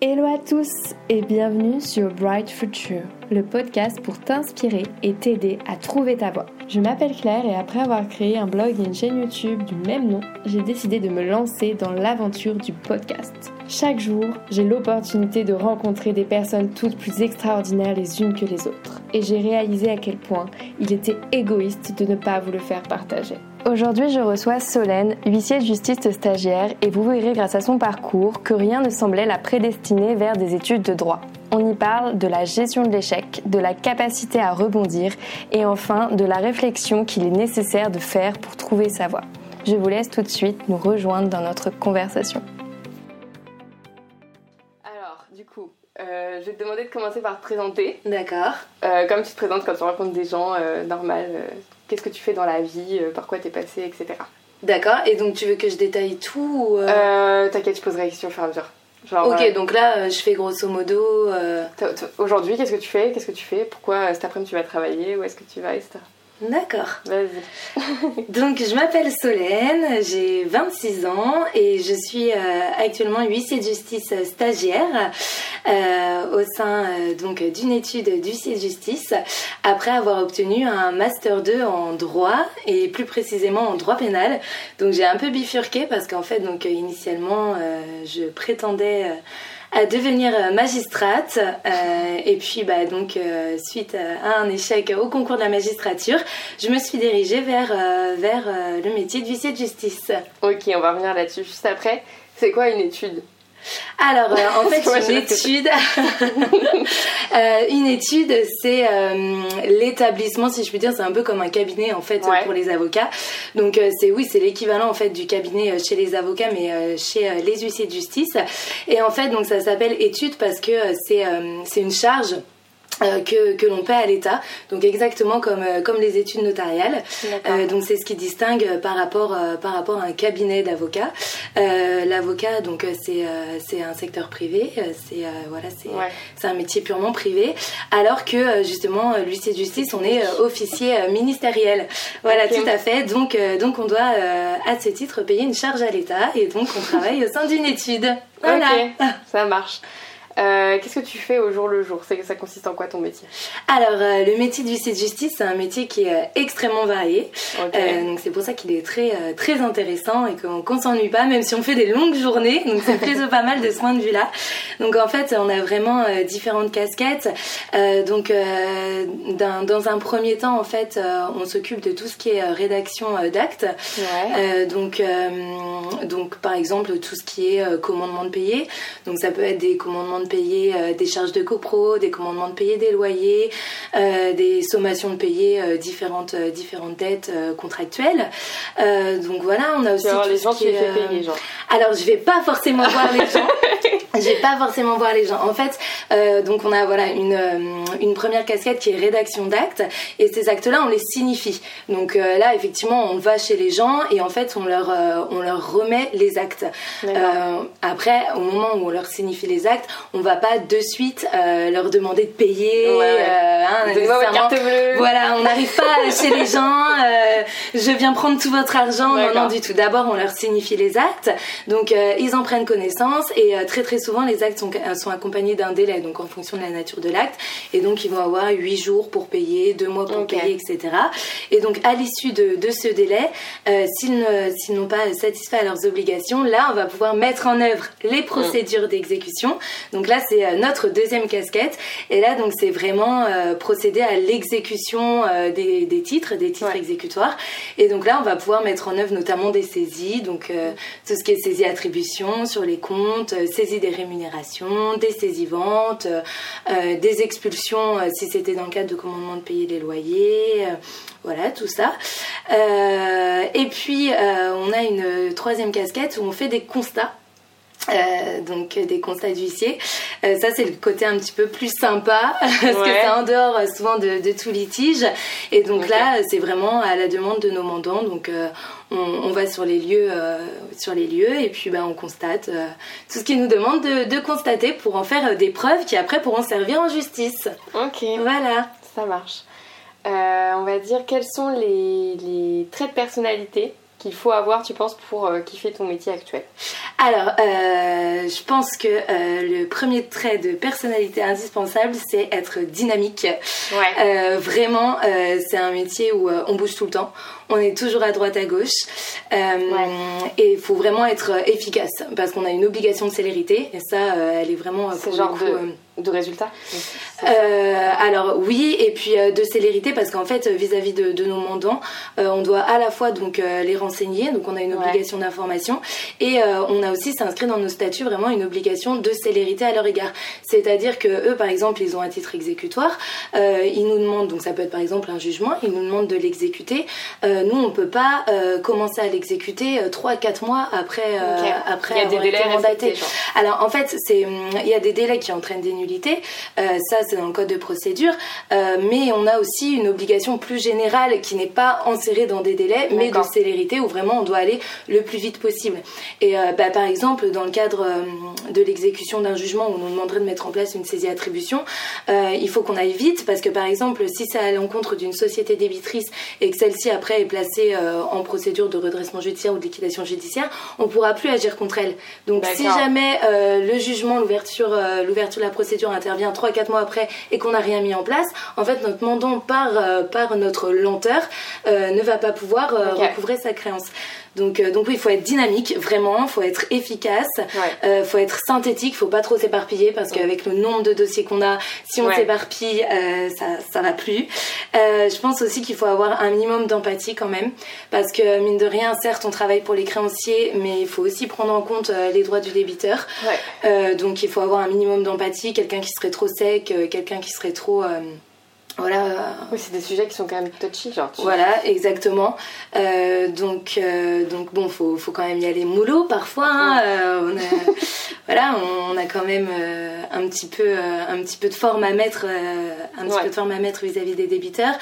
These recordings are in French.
Hello à tous et bienvenue sur Bright Future, le podcast pour t'inspirer et t'aider à trouver ta voie. Je m'appelle Claire et après avoir créé un blog et une chaîne YouTube du même nom, j'ai décidé de me lancer dans l'aventure du podcast. Chaque jour, j'ai l'opportunité de rencontrer des personnes toutes plus extraordinaires les unes que les autres. Et j'ai réalisé à quel point il était égoïste de ne pas vous le faire partager. Aujourd'hui, je reçois Solène, huissier de justice stagiaire, et vous verrez grâce à son parcours que rien ne semblait la prédestiner vers des études de droit. On y parle de la gestion de l'échec, de la capacité à rebondir et enfin de la réflexion qu'il est nécessaire de faire pour trouver sa voie. Je vous laisse tout de suite nous rejoindre dans notre conversation. Alors, du coup, je vais te demander de commencer par te présenter. D'accord. Comme tu te présentes quand tu rencontres des gens, normal. Qu'est-ce que tu fais dans la vie, par quoi t'es passé, etc. D'accord, et donc tu veux que je détaille tout ou T'inquiète, je poserai la question au fur et à mesure. Genre, ok, donc là, je fais grosso modo... Aujourd'hui, qu'est-ce que tu fais? Qu'est-ce que tu fais? Pourquoi cet après-midi tu vas travailler? Où est-ce que tu vas, etc. D'accord. Vas-y. Donc je m'appelle Solène, j'ai 26 ans et je suis actuellement huissier de justice stagiaire au sein donc d'une étude d'huissier de justice après avoir obtenu un master 2 en droit et plus précisément en droit pénal. Donc j'ai un peu bifurqué parce qu'en fait donc initialement je prétendais à devenir magistrate et puis donc suite à un échec au concours de la magistrature, je me suis dirigée vers le métier de huissier de justice. Ok, on va revenir là-dessus juste après. C'est quoi une étude? Alors en fait une étude c'est l'établissement, si je puis dire, c'est un peu comme un cabinet en fait pour les avocats. Donc c'est l'équivalent en fait du cabinet chez les avocats mais chez les huissiers de justice. Et en fait donc ça s'appelle étude parce que c'est une charge que l'on paie à l'État, donc exactement comme les études notariales. Donc c'est ce qui distingue par rapport à un cabinet d'avocats. L'avocat donc c'est un secteur privé, c'est un métier purement privé, alors que justement l'huissier de justice on est officier ministériel. Voilà, okay. Tout à fait. Donc on doit à ce titre payer une charge à l'État et donc on travaille au sein d'une étude. Voilà. Ok, ça marche. Qu'est-ce que tu fais au jour le jour? Ça consiste en quoi ton métier? Alors le métier d'huissier de justice c'est un métier qui est extrêmement varié. Okay. Donc c'est pour ça qu'il est très, très intéressant et qu'on s'ennuie pas même si on fait des longues journées, donc c'est plutôt pas mal de ce point de vue là. Donc en fait on a vraiment différentes casquettes. Dans un premier temps en fait on s'occupe de tout ce qui est rédaction d'actes. Donc par exemple tout ce qui est commandement de payer, donc ça peut être des commandements de payer des charges de copro, des commandements de payer des loyers, des sommations de payer différentes dettes contractuelles. Donc voilà, on a aussi les gens tu les fais payer genre. Alors je vais pas forcément voir les gens. En fait, donc on a une première casquette qui est rédaction d'actes et ces actes-là on les signifie. Donc là effectivement on va chez les gens et en fait on leur remet les actes. Après au moment où on leur signifie les actes, on va pas de suite leur demander de payer. Donnez-moi votre carte bleue. Voilà, on n'arrive pas chez les gens. Je viens prendre tout votre argent. Non du tout. D'abord on leur signifie les actes. Donc ils en prennent connaissance et très très souvent les actes sont accompagnés d'un délai, donc en fonction de la nature de l'acte, et donc ils vont avoir 8 jours pour payer, 2 mois pour payer, etc. Et donc à l'issue de ce délai, s'ils n'ont pas satisfait à leurs obligations, là on va pouvoir mettre en œuvre les procédures d'exécution. Donc là c'est notre deuxième casquette, et là donc c'est vraiment procéder à l'exécution des titres exécutoires. Et donc là on va pouvoir mettre en œuvre notamment des saisies, donc tout ce qui est saisie attribution sur les comptes, saisie des rémunérations, des saisies-ventes, des expulsions si c'était dans le cadre de commandement de payer les loyers, voilà tout ça. Et puis on a une troisième casquette où on fait des constats. Donc des constats d'huissier, ça c'est le côté un petit peu plus sympa parce que c'est en dehors souvent de tout litige, et donc là c'est vraiment à la demande de nos mandants, donc on va sur les lieux et puis on constate tout ce qu'ils nous demandent de constater pour en faire des preuves qui après pourront servir en justice. Ok, voilà, ça marche. On va dire quels sont les traits de personnalité qu'il faut avoir, tu penses, pour kiffer ton métier actuel? Alors, je pense que le premier trait de personnalité indispensable, c'est être dynamique. Ouais. Vraiment, c'est un métier où on bouge tout le temps. On est toujours à droite à gauche et il faut vraiment être efficace parce qu'on a une obligation de célérité et ça elle est vraiment c'est le genre de résultat. Alors oui, et puis de célérité parce qu'en fait vis-à-vis de nos mandants on doit à la fois donc les renseigner, donc on a une obligation d'information et on a aussi, c'est inscrit dans nos statuts, vraiment une obligation de célérité à leur égard, c'est-à-dire que eux par exemple ils ont un titre exécutoire, ils nous demandent, donc ça peut être par exemple un jugement, ils nous demandent de l'exécuter, nous on peut pas commencer à l'exécuter 3-4 mois après il y a des délais mandatés. Alors en fait il y a des délais qui entraînent des nullités, ça c'est dans le code de procédure, mais on a aussi une obligation plus générale qui n'est pas enserrée dans des délais mais de célérité où vraiment on doit aller le plus vite possible. Et par exemple dans le cadre de l'exécution d'un jugement où on nous demanderait de mettre en place une saisie attribution, il faut qu'on aille vite parce que par exemple si c'est à l'encontre d'une société débitrice et que celle-ci après est placée en procédure de redressement judiciaire ou de liquidation judiciaire, on ne pourra plus agir contre elle. Donc si jamais le jugement, l'ouverture de la procédure intervient 3-4 mois après et qu'on n'a rien mis en place, en fait notre mandant par notre lenteur ne va pas pouvoir recouvrer sa créance. Donc oui, il faut être dynamique, vraiment, il faut être efficace, faut être synthétique, il faut pas trop s'éparpiller parce qu'avec le nombre de dossiers qu'on a, si on s'éparpille, ça va plus. Je pense aussi qu'il faut avoir un minimum d'empathie quand même parce que mine de rien, certes on travaille pour les créanciers, mais il faut aussi prendre en compte les droits du débiteur. Donc il faut avoir un minimum d'empathie, quelqu'un qui serait trop sec, quelqu'un qui serait trop... Voilà. Oui, c'est des sujets qui sont quand même touchy, genre. Voilà, exactement. Donc bon, faut quand même y aller mollo parfois. Hein. On a quand même un petit peu de forme à mettre, peu de forme à mettre vis-à-vis des débiteurs.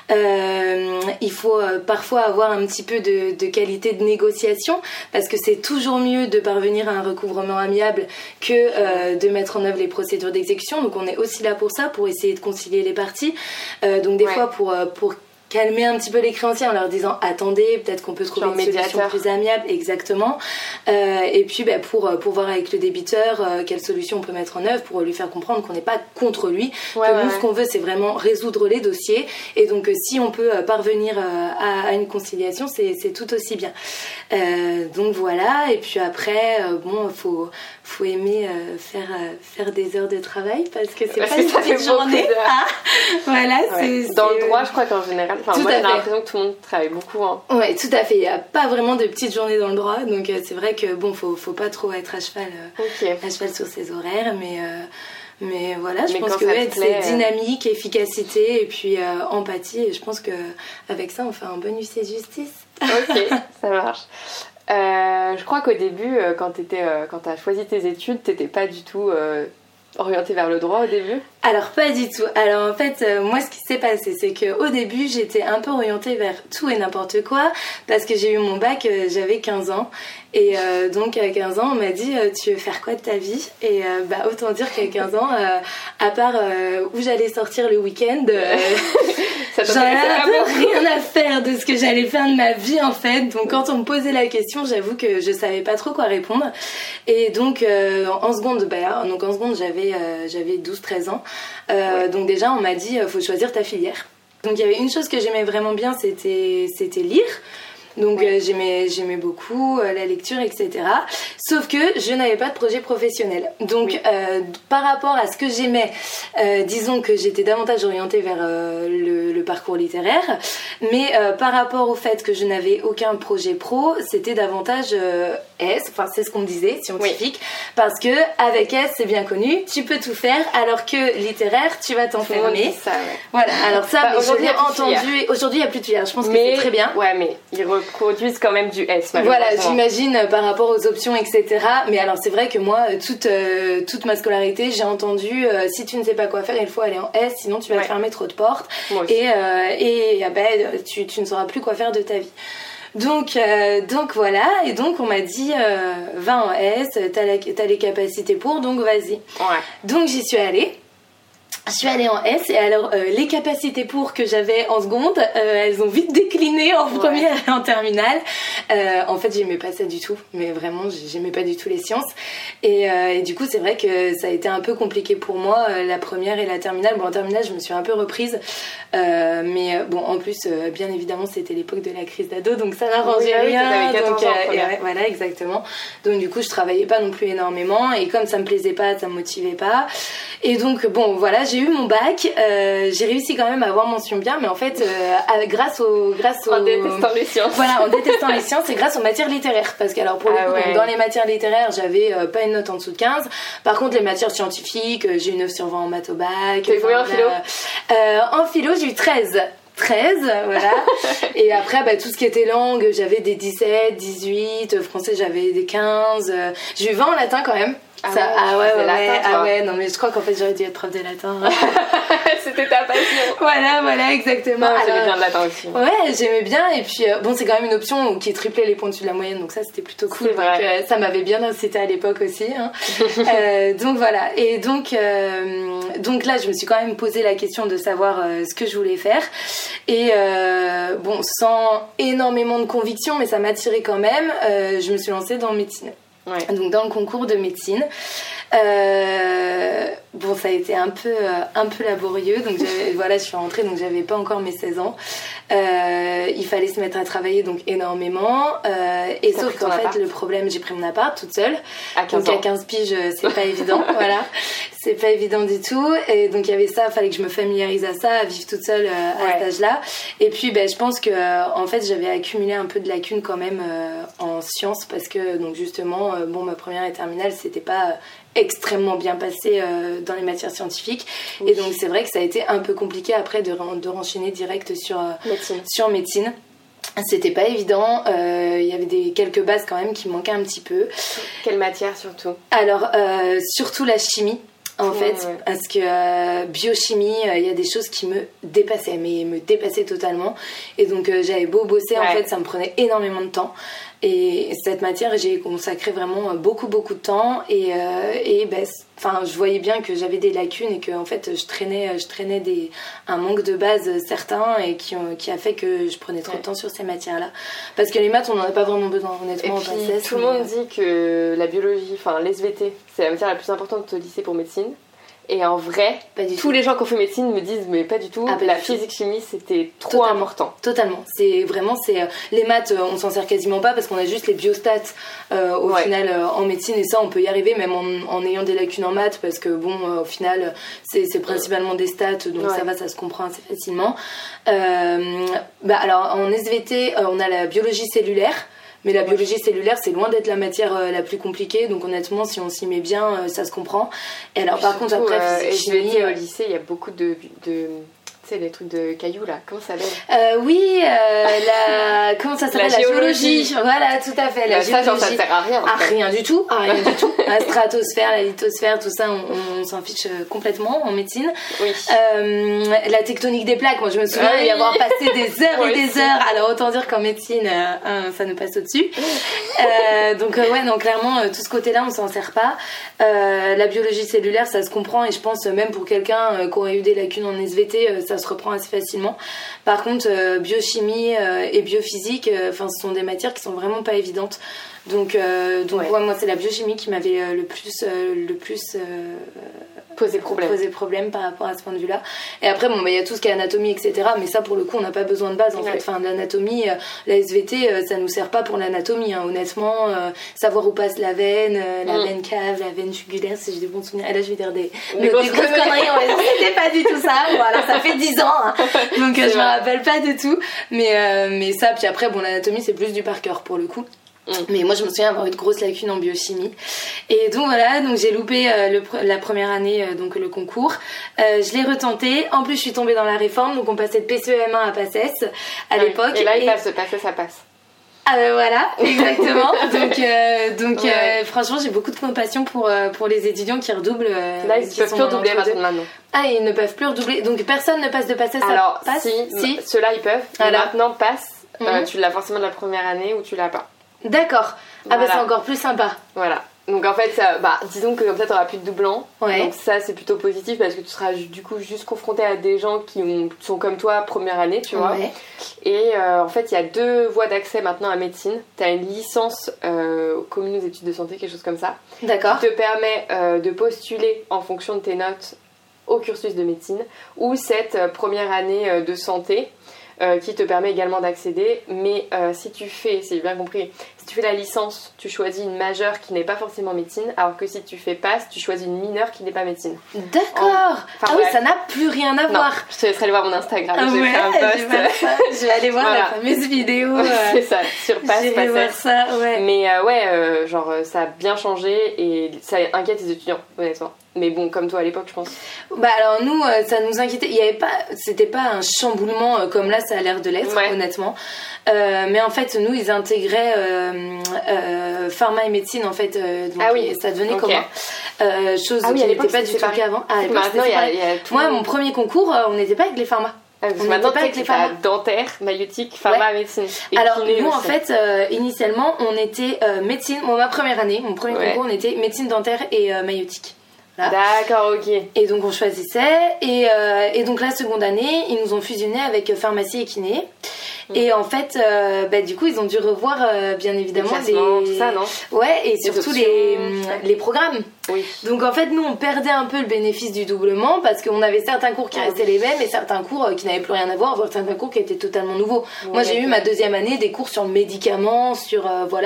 Il faut parfois avoir un petit peu de qualité de négociation parce que c'est toujours mieux de parvenir à un recouvrement amiable que de mettre en œuvre les procédures d'exécution. Donc on est aussi là pour ça, pour essayer de concilier les parties. Donc des fois pour calmer un petit peu les créanciers en leur disant attendez, peut-être qu'on peut trouver une solution plus amiable, exactement, et puis pour voir avec le débiteur quelle solution on peut mettre en œuvre pour lui faire comprendre qu'on n'est pas contre lui, que nous ce qu'on veut c'est vraiment résoudre les dossiers et donc si on peut parvenir à une conciliation c'est tout aussi bien. Donc voilà, et puis après faut aimer faire des heures de travail parce que c'est pas une petite journée. Voilà, dans le droit je crois qu'en général moi j'ai l'impression que tout le monde travaille beaucoup. Hein. Ouais, tout à fait. Il n'y a pas vraiment de petites journées dans le droit, donc c'est vrai que bon, faut pas trop être à cheval sur ses horaires, mais voilà, je pense que c'est dynamique, efficacité et puis empathie. Et je pense que avec ça, on fait un bon huissier de justice. Ok, ça marche. Je crois qu'au début, quand t'as choisi tes études, t'étais pas du tout orientée vers le droit au début? Alors pas du tout. Alors en fait moi ce qui s'est passé c'est qu'au début j'étais un peu orientée vers tout et n'importe quoi parce que j'ai eu mon bac, j'avais 15 ans et donc à 15 ans on m'a dit tu veux faire quoi de ta vie et autant dire qu'à 15 ans à part où j'allais sortir le week-end j'en avais un peu rien à faire de ce que j'allais faire de ma vie en fait. Donc quand on me posait la question j'avoue que je savais pas trop quoi répondre et donc en seconde j'avais 12-13 ans. Donc déjà on m'a dit faut choisir ta filière. Donc il y avait une chose que j'aimais vraiment bien, c'était lire. Donc j'aimais beaucoup la lecture, etc. Sauf que je n'avais pas de projet professionnel. Donc par rapport à ce que j'aimais, disons que j'étais davantage orientée vers le parcours littéraire. Mais par rapport au fait que je n'avais aucun projet pro, c'était davantage S, enfin c'est ce qu'on me disait, scientifique. Parce que avec S, c'est bien connu, tu peux tout faire, alors que littéraire, tu vas t'enfermer. Voilà, alors ça, aujourd'hui, j'ai entendu. Aujourd'hui, il n'y a plus de filière, je pense que c'est très bien. Ouais, mais ils reproduisent quand même du S. Voilà, j'imagine par rapport aux options, etc. Mais alors c'est vrai que moi, toute ma scolarité, j'ai entendu si tu ne sais pas quoi faire, il faut aller en S, sinon tu vas te fermer trop de portes et tu ne sauras plus quoi faire de ta vie. Donc voilà, et donc on m'a dit va en S, t'as les capacités pour, donc vas-y. Donc j'y suis allée. Je suis allée en S et alors les capacités pour que j'avais en seconde, elles ont vite décliné en première et en terminale. En fait, j'aimais pas ça du tout, mais vraiment, j'aimais pas du tout les sciences. Et du coup, c'est vrai que ça a été un peu compliqué pour moi, la première et la terminale. Bon, en terminale, je me suis un peu reprise, mais bon, en plus, bien évidemment, c'était l'époque de la crise d'ado, donc ça n'arrangeait rien. Donc, voilà, exactement. Donc du coup, je travaillais pas non plus énormément et comme ça me plaisait pas, ça me motivait pas. Et donc, bon, voilà, j'ai eu mon bac, j'ai réussi quand même à avoir mention bien, mais en fait, grâce au en détestant les sciences. Voilà, en détestant les sciences et grâce aux matières littéraires. Parce que, alors, pour le coup, donc, dans les matières littéraires, j'avais pas une note en dessous de 15. Par contre, les matières scientifiques, j'ai eu 9 sur 20 en maths au bac. T'as eu combien en philo? En philo, j'ai eu 13, voilà. Et après, bah, tout ce qui était langue, j'avais des 17, 18, français, j'avais des 15. J'ai eu 20 en latin quand même. Ouais, non mais je crois qu'en fait j'aurais dû être prof de latin. C'était ta passion. Voilà, exactement. Non, j'aimais bien le latin aussi. Ouais, j'aimais bien et puis bon, c'est quand même une option qui triplait les points dessus de la moyenne, donc ça c'était plutôt cool. C'est vrai. Donc ça m'avait bien incité à l'époque aussi. Hein. Donc voilà, et donc là je me suis quand même posé la question de savoir ce que je voulais faire et bon, sans énormément de conviction, mais ça m'attirait quand même. Je me suis lancée dans médecine. Ouais. Donc dans le concours de médecine, bon, ça a été un peu laborieux. Donc voilà, je suis rentrée, donc j'avais pas encore mes 16 ans. Il fallait se mettre à travailler donc énormément. Et sauf qu'en fait, le problème, j'ai pris mon appart toute seule. Donc à 15 piges, c'est pas évident. Voilà, c'est pas évident du tout. Et donc il y avait ça, il fallait que je me familiarise à ça, à vivre toute seule à cet âge-là. Et puis ben, je pense que en fait, j'avais accumulé un peu de lacunes quand même en sciences parce que donc justement, bon, ma première et terminale, c'était pas extrêmement bien passé dans les matières scientifiques. Oui. Et donc c'est vrai que ça a été un peu compliqué après de renchaîner direct sur médecine. C'était pas évident, il y avait quelques bases quand même qui manquaient un petit peu. Quelle matière surtout? Alors surtout la chimie. En fait, parce que biochimie, il y a des choses qui me dépassaient, mais me dépassaient totalement. Et donc j'avais beau bosser, en fait, ça me prenait énormément de temps. Et cette matière, j'ai consacré vraiment beaucoup de temps. Et ben, enfin, je voyais bien que j'avais des lacunes et que en fait, je traînais un manque de base certain et qui a fait que je prenais trop de temps sur ces matières-là. Parce que les maths, on n'en a pas vraiment besoin, honnêtement. Et puis, tout le monde dit que la biologie, enfin l'SVT, c'est la matière la plus importante au lycée pour médecine. Et en vrai, tous les gens qui ont fait médecine me disent mais pas du tout, la physique-chimie c'était trop important. Totalement, c'est les maths, on s'en sert quasiment pas parce qu'on a juste les biostats au final en médecine et ça on peut y arriver même en ayant des lacunes en maths parce que bon au final c'est principalement des stats donc ça va, ça se comprend assez facilement. Alors en SVT on a la biologie cellulaire. Mais la biologie cellulaire, c'est loin d'être la matière la plus compliquée. Donc honnêtement, si on s'y met bien, ça se comprend. Et alors par contre, après, chimie, au lycée, il y a beaucoup de tu sais, les trucs de cailloux là, comment ça s'appelle? Oui, comment ça s'appelle? La géologie. Voilà, tout à fait. La géologie. Ça sert à rien. Rien du tout. La stratosphère, la lithosphère, tout ça, on s'en fiche complètement en médecine. Oui. La tectonique des plaques, moi je me souviens y avoir passé des heures et des heures. Alors autant dire qu'en médecine, ça nous passe au-dessus. Donc non, clairement, tout ce côté-là, on s'en sert pas. La biologie cellulaire, ça se comprend et je pense même pour quelqu'un qui aurait eu des lacunes en SVT, ça se reprend assez facilement. Par contre, biochimie et biophysique, ce sont des matières qui sont vraiment pas évidentes. Donc moi c'est la biochimie qui m'avait le plus posé problème par rapport à ce point de vue-là. Et après il y a tout ce qui est anatomie, etc. Mais ça pour le coup on n'a pas besoin de base en fait. Enfin l'anatomie, la SVT, ça nous sert pas pour l'anatomie. Hein. Honnêtement, savoir où passe la veine, la veine cave, la veine jugulaire, si j'ai des bons souvenirs. Et là je vais dire des grosses conneries. C'était pas du tout ça. Voilà, ça fait 10 ans. Hein. Donc je me rappelle pas de tout. Mais ça, puis après l'anatomie c'est plus du par cœur pour le coup. Mais moi je me souviens avoir eu de grosses lacunes en biochimie et donc voilà, donc j'ai loupé la première année donc le concours, je l'ai retenté, en plus je suis tombée dans la réforme donc on passait de PCEM1 à PACES à l'époque et là il passe, ça passe. Ah voilà, exactement. donc franchement j'ai beaucoup de compassion pour les étudiants qui redoublent. Là ils ne peuvent plus redoubler maintenant. Ah, ils ne peuvent plus redoubler, donc personne ne passe de PACES alors, à PACES. Si, ceux-là ils peuvent, mais maintenant PACES, tu l'as forcément de la première année ou tu l'as pas. D'accord. Ah voilà. Bah c'est encore plus sympa. Voilà. Donc en fait, disons que comme ça, t'auras plus de doublons. Ouais. Donc ça, c'est plutôt positif parce que tu seras du coup juste confronté à des gens qui sont comme toi première année, tu vois. Ouais. Et en fait, il y a 2 voies d'accès maintenant à médecine. T'as une licence commune aux études de santé, quelque chose comme ça. D'accord. Qui te permet de postuler en fonction de tes notes au cursus de médecine ou cette première année de santé. Qui te permet également d'accéder, mais si j'ai bien compris, si tu fais la licence, tu choisis une majeure qui n'est pas forcément médecine, alors que si tu fais passe, tu choisis une mineure qui n'est pas médecine. D'accord. Oui, ça n'a plus rien à voir. Je te laisserai aller voir mon Instagram, j'ai fait un post. Je vais aller voir la fameuse vidéo. C'est ça, sur passe, je vais voir ça, ouais. Mais genre ça a bien changé et ça inquiète les étudiants, honnêtement. Mais bon, comme toi à l'époque, je pense. Alors nous, ça nous inquiétait. Il y avait pas, c'était pas un chamboulement comme là, ça a l'air de l'être, honnêtement. Mais en fait, nous, ils intégraient pharma et médecine, en fait. Donc ça devenait commun. Chose qui n'était pas du tout qu'avant. Maintenant, il y a tout. Moi, mon premier concours, on n'était pas avec les pharma. On n'était pas avec les pharma. Dentaire, maïeutique, pharma, médecine. Alors nous, en fait, initialement, on était médecine. Ma première année, mon premier concours, on était médecine dentaire et maïeutique. D'accord, ok. Et donc on choisissait et donc la seconde année ils nous ont fusionné avec pharmacie et kiné. Et en fait du coup ils ont dû revoir bien évidemment tout ça, non? Ouais, et surtout les programmes. Oui. Donc en fait nous on perdait un peu le bénéfice du doublement parce qu'on avait certains cours qui restaient les mêmes et certains cours qui n'avaient plus rien à voir, voire certains cours qui étaient totalement nouveaux. Moi j'ai eu ma deuxième année des cours sur le médicament, sur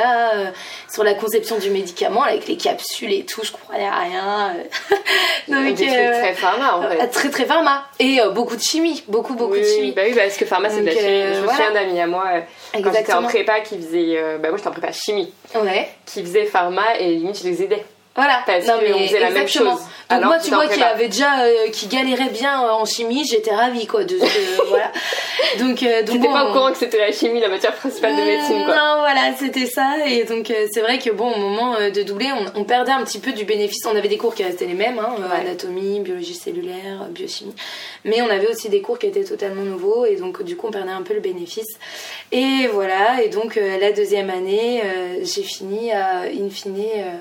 sur la conception du médicament avec les capsules et tout, je comprenais rien. Donc très pharma en fait. Très très pharma et beaucoup de chimie, beaucoup de chimie. Bah oui, parce que pharma c'est de la chimie. Je me souviens d'un ami à moi quand j'étais en prépa qui faisait moi j'étais en prépa chimie. Ouais. Qui faisait pharma et limite je les aidais. Voilà, parce qu'on faisait la même chose. Donc moi tu vois qui galérait bien en chimie, j'étais ravie quoi voilà. Donc t'étais pas au courant que c'était la chimie la matière principale de médecine quoi. Non, voilà, c'était ça et donc c'est vrai que au moment de doubler, on perdait un petit peu du bénéfice. On avait des cours qui restaient les mêmes anatomie, biologie cellulaire, biochimie. Mais on avait aussi des cours qui étaient totalement nouveaux et donc du coup on perdait un peu le bénéfice. Et voilà, et donc la deuxième année, j'ai fini à in fine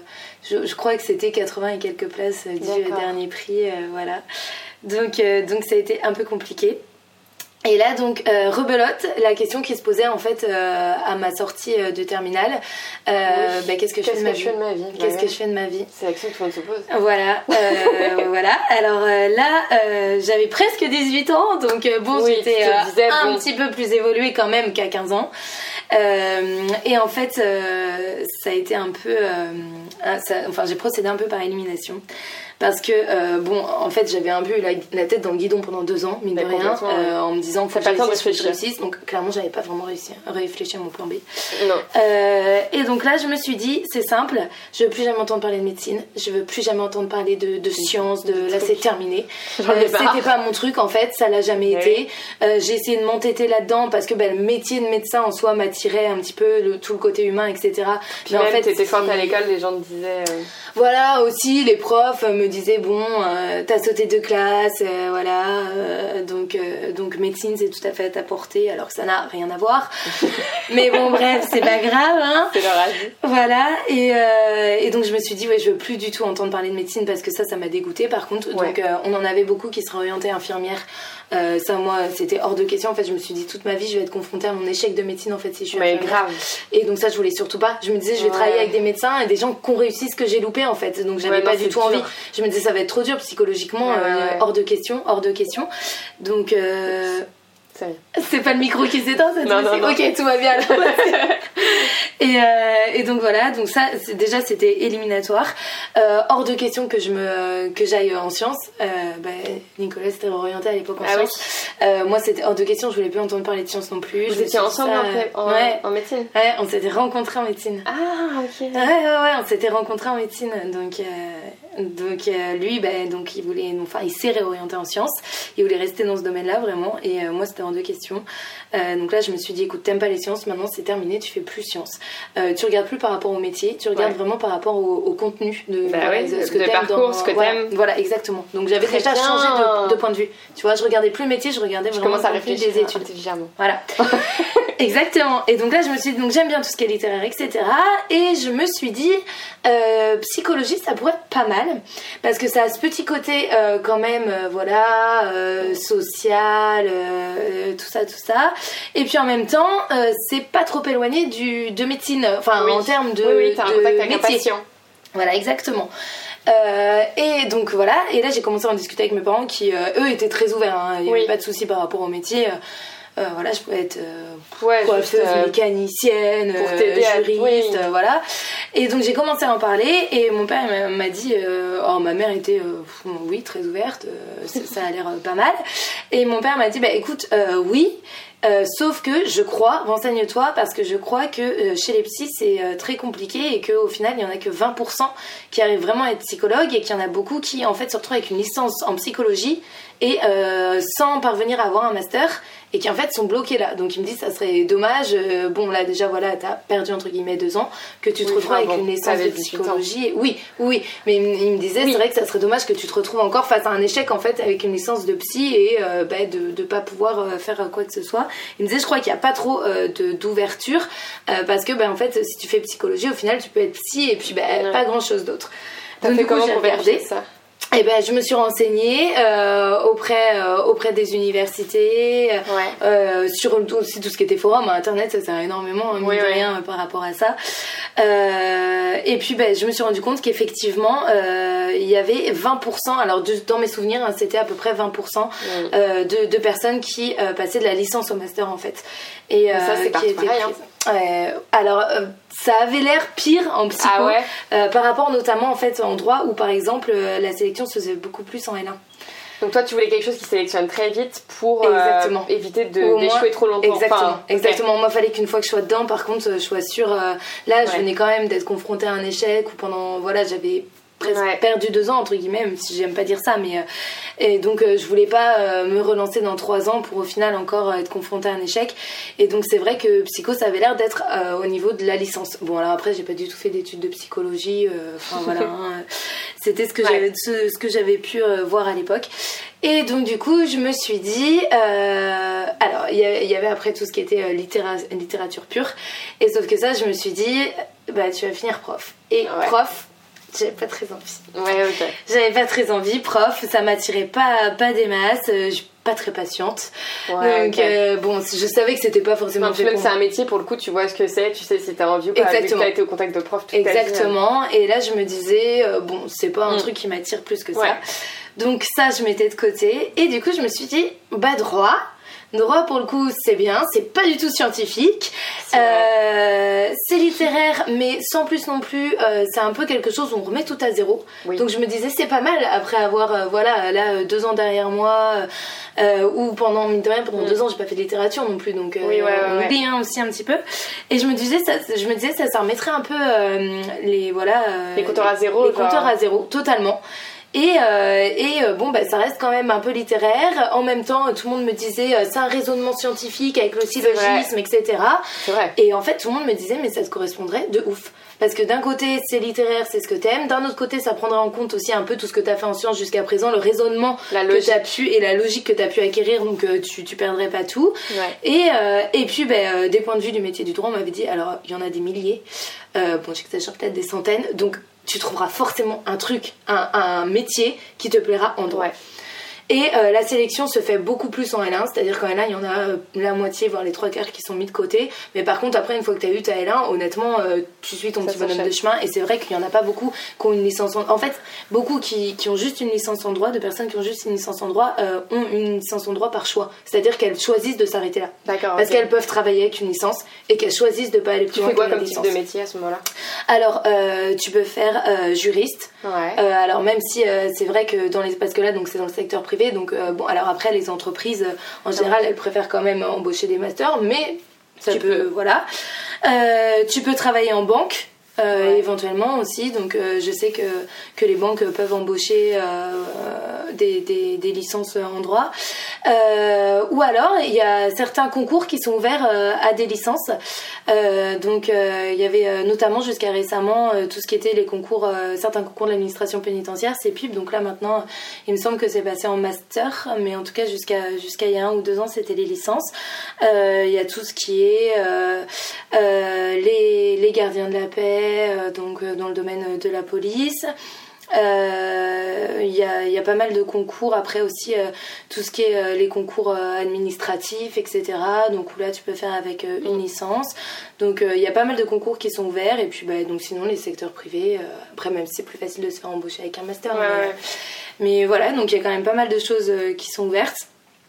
je crois que c'était 80 et quelques places du dernier prix, voilà. Donc ça a été un peu compliqué. Et là donc rebelote, la question qui se posait en fait à ma sortie de terminale, qu'est-ce que je fais de ma vie ? Qu'est-ce que je fais de ma vie ? C'est la question que tout le monde se pose. Voilà, voilà. Alors là, j'avais presque 18 ans, donc j'étais un petit peu plus évoluée quand même qu'à 15 ans. Et en fait, ça a été un peu, j'ai procédé un peu par élimination. Parce que, en fait, j'avais un peu eu la tête dans le guidon pendant 2 ans, mine de rien, en me disant faut que je réussisse. Donc, clairement, j'avais pas vraiment réfléchi à mon plan B. Non. Et donc là, je me suis dit, c'est simple, je veux plus jamais entendre parler de médecine, je veux plus jamais entendre parler de sciences, là, c'est terminé. C'était pas mon truc, en fait, ça l'a jamais été. J'ai essayé de m'entêter là-dedans parce que le métier de médecin en soi m'attirait un petit peu, tout le côté humain, etc. Puis mais même, en fait, t'étais forte à l'école, les gens te disaient... Voilà, aussi, les profs me disaient t'as sauté 2 classes, donc médecine c'est tout à fait à ta portée alors que ça n'a rien à voir. Mais bon bref, c'est pas grave hein. C'est leur avis. Voilà, et donc je me suis dit je veux plus du tout entendre parler de médecine parce que ça m'a dégoûtée par contre. Donc on en avait beaucoup qui se réorientaient infirmières. Ça moi c'était hors de question en fait. Je me suis dit toute ma vie je vais être confrontée à mon échec de médecine en fait si je suis infirmière. Grave. Et donc ça je voulais surtout pas. Je me disais je vais travailler avec des médecins et des gens qui ont réussi ce que j'ai loupé en fait. Donc j'avais pas du tout envie. Je me disais ça va être trop dur psychologiquement, hors de question. Donc c'est pas le micro qui s'éteint, ça non. Ok, tout va bien alors. Et donc voilà, donc ça c'était éliminatoire. Hors de question que j'aille en sciences. Nicolas s'était orienté à l'époque en sciences. Moi c'était hors de question, je voulais plus entendre parler de sciences non plus. Vous étiez ensemble en médecine? Ouais, on s'était rencontrés en médecine. Ah ok. Ouais, on s'était rencontrés en médecine. Donc lui donc il s'est réorienté en sciences. Il voulait rester dans ce domaine-là vraiment. Et moi c'était hors de question. Donc là je me suis dit écoute, t'aimes pas les sciences, maintenant c'est terminé, tu fais plus sciences. tu regardes plus par rapport au métier, tu regardes vraiment par rapport au contenu de ce que t'aimes, ce que t'aimes. Voilà, exactement. Donc j'avais déjà changé de point de vue. Tu vois, je regardais plus le métier, je regardais vraiment le contenu des études. Intelligemment. Voilà. Exactement. Et donc là, je me suis dit, donc j'aime bien tout ce qui est littéraire, etc. Et je me suis dit, psychologie, ça pourrait être pas mal. Parce que ça a ce petit côté quand même, social, tout ça. Et puis en même temps, c'est pas trop éloigné de médecine. Enfin, en termes de, t'as un contact avec un patient. Voilà, exactement. Et donc voilà, et là j'ai commencé à en discuter avec mes parents qui, eux, étaient très ouverts. Hein. Il n'y avait pas de soucis par rapport au métier. Je pouvais être coiffeuse, mécanicienne, juriste, voilà. Et donc j'ai commencé à en parler et mon père m'a dit, ma mère était oui, très ouverte, ça a l'air pas mal. Et mon père m'a dit, écoute, oui. Sauf que je crois, renseigne-toi, parce que je crois que chez les psys c'est très compliqué et qu'au final il n'y en a que 20% qui arrivent vraiment à être psychologues et qu'il y en a beaucoup qui en fait se retrouvent avec une licence en psychologie et sans parvenir à avoir un master et qui en fait sont bloqués là. Donc il me dit ça serait dommage, bon là déjà voilà t'as perdu entre guillemets 2 ans, que tu te retrouves avec une licence de psychologie. Oui, mais il me disait c'est vrai que ça serait dommage que tu te retrouves encore face à un échec en fait avec une licence de psy et de pas pouvoir faire quoi que ce soit. Il me disait je crois qu'il n'y a pas trop d'ouverture parce que en fait si tu fais psychologie au final tu peux être psy et puis pas grand chose d'autre. Donc du coup j'ai regardé ça. Et je me suis renseignée auprès des universités, sur aussi tout ce qui était forum, internet, ça sert énormément, rien par rapport à ça. Et puis je me suis rendu compte qu'effectivement il y avait 20%, alors dans mes souvenirs c'était à peu près 20% de personnes qui passaient de la licence au master en fait. Et ça c'est partout pareil. Ça avait l'air pire en psycho par rapport notamment en fait en droit où par exemple la sélection se faisait beaucoup plus en L1. Donc toi tu voulais quelque chose qui sélectionne très vite pour éviter d'échouer trop longtemps. Exactement. Moi fallait qu'une fois que je sois dedans par contre je sois sûre là je venais quand même d'être confrontée à un échec ou pendant j'avais presque perdu 2 ans entre guillemets, même si j'aime pas dire ça, mais et donc je voulais pas me relancer dans 3 ans pour au final encore être confrontée à un échec. Et donc c'est vrai que psycho ça avait l'air d'être au niveau de la licence. Bon alors après j'ai pas du tout fait d'études de psychologie, c'était ce que j'avais pu voir à l'époque. Et donc du coup je me suis dit alors il y avait après tout ce qui était littérature pure, et sauf que ça je me suis dit tu vas finir prof. Et prof j'avais pas très envie. J'avais pas très envie, prof, ça m'attirait pas des masses, je suis pas très patiente. Donc je savais que c'était pas forcément fait même c'est un métier pour le coup, tu vois ce que c'est, tu sais si t'as envie ou pas. Exactement. T'as été au contact de profs toute Exactement. Ta vie. Et là je me disais c'est pas un truc qui m'attire plus que ça. Donc ça je mettais de côté et du coup je me suis dit droit pour le coup c'est bien, c'est pas du tout scientifique, c'est littéraire mais sans plus non plus, c'est un peu quelque chose où on remet tout à zéro. Donc je me disais c'est pas mal après avoir 2 ans derrière moi ou pendant 2 ans j'ai pas fait de littérature non plus, donc on oublie aussi un petit peu, et je me disais ça remettrait un peu les compteurs à zéro, totalement. Et ça reste quand même un peu littéraire. En même temps, tout le monde me disait c'est un raisonnement scientifique avec le syllogisme, etc. C'est vrai. Et en fait, tout le monde me disait mais ça te correspondrait de ouf. Parce que d'un côté, c'est littéraire, c'est ce que t'aimes. D'un autre côté, ça prendra en compte aussi un peu tout ce que t'as fait en sciences jusqu'à présent, le raisonnement que t'as pu et la logique que t'as pu acquérir. Donc tu perdrais pas tout. Et puis des points de vue du métier du droit, on m'avait dit alors il y en a des milliers. J'exagère peut-être des centaines. Donc tu trouveras forcément un truc, un métier qui te plaira en droit. Et la sélection se fait beaucoup plus en L1, c'est-à-dire qu'en L1 il y en a la moitié voire les 3/4 qui sont mis de côté, mais par contre après une fois que tu as eu ta L1, honnêtement tu suis ton petit bonhomme de chemin, et c'est vrai qu'il y en a pas beaucoup qui ont une licence en fait beaucoup qui ont juste une licence en droit, de personnes qui ont juste une licence en droit ont une licence en droit par choix, c'est-à-dire qu'elles choisissent de s'arrêter là. D'accord. Parce qu'elles peuvent travailler avec une licence et qu'elles choisissent de pas aller plus loin. Tu fais quoi comme type de métier à ce moment-là? Alors tu peux faire juriste. Alors même si c'est vrai que parce que là donc c'est dans le secteur privé, donc alors après les entreprises en général elles préfèrent quand même embaucher des masters, mais tu peux travailler en banque éventuellement aussi, donc je sais que les banques peuvent embaucher des licences en droit. Ou alors il y a certains concours qui sont ouverts à des licences. Donc il y avait notamment jusqu'à récemment tout ce qui était les concours, certains concours de l'administration pénitentiaire, CEPIP. Donc là maintenant il me semble que c'est passé en master, mais en tout cas jusqu'à il y a 1 ou 2 ans c'était les licences. Il y a tout ce qui est les gardiens de la paix, donc dans le domaine de la police. Il y a pas mal de concours après aussi, tout ce qui est les concours administratifs, etc. Donc là tu peux faire avec une licence. Donc il y a pas mal de concours qui sont ouverts. Et puis donc sinon les secteurs privés, après même si c'est plus facile de se faire embaucher avec un master, mais voilà, donc il y a quand même pas mal de choses qui sont ouvertes.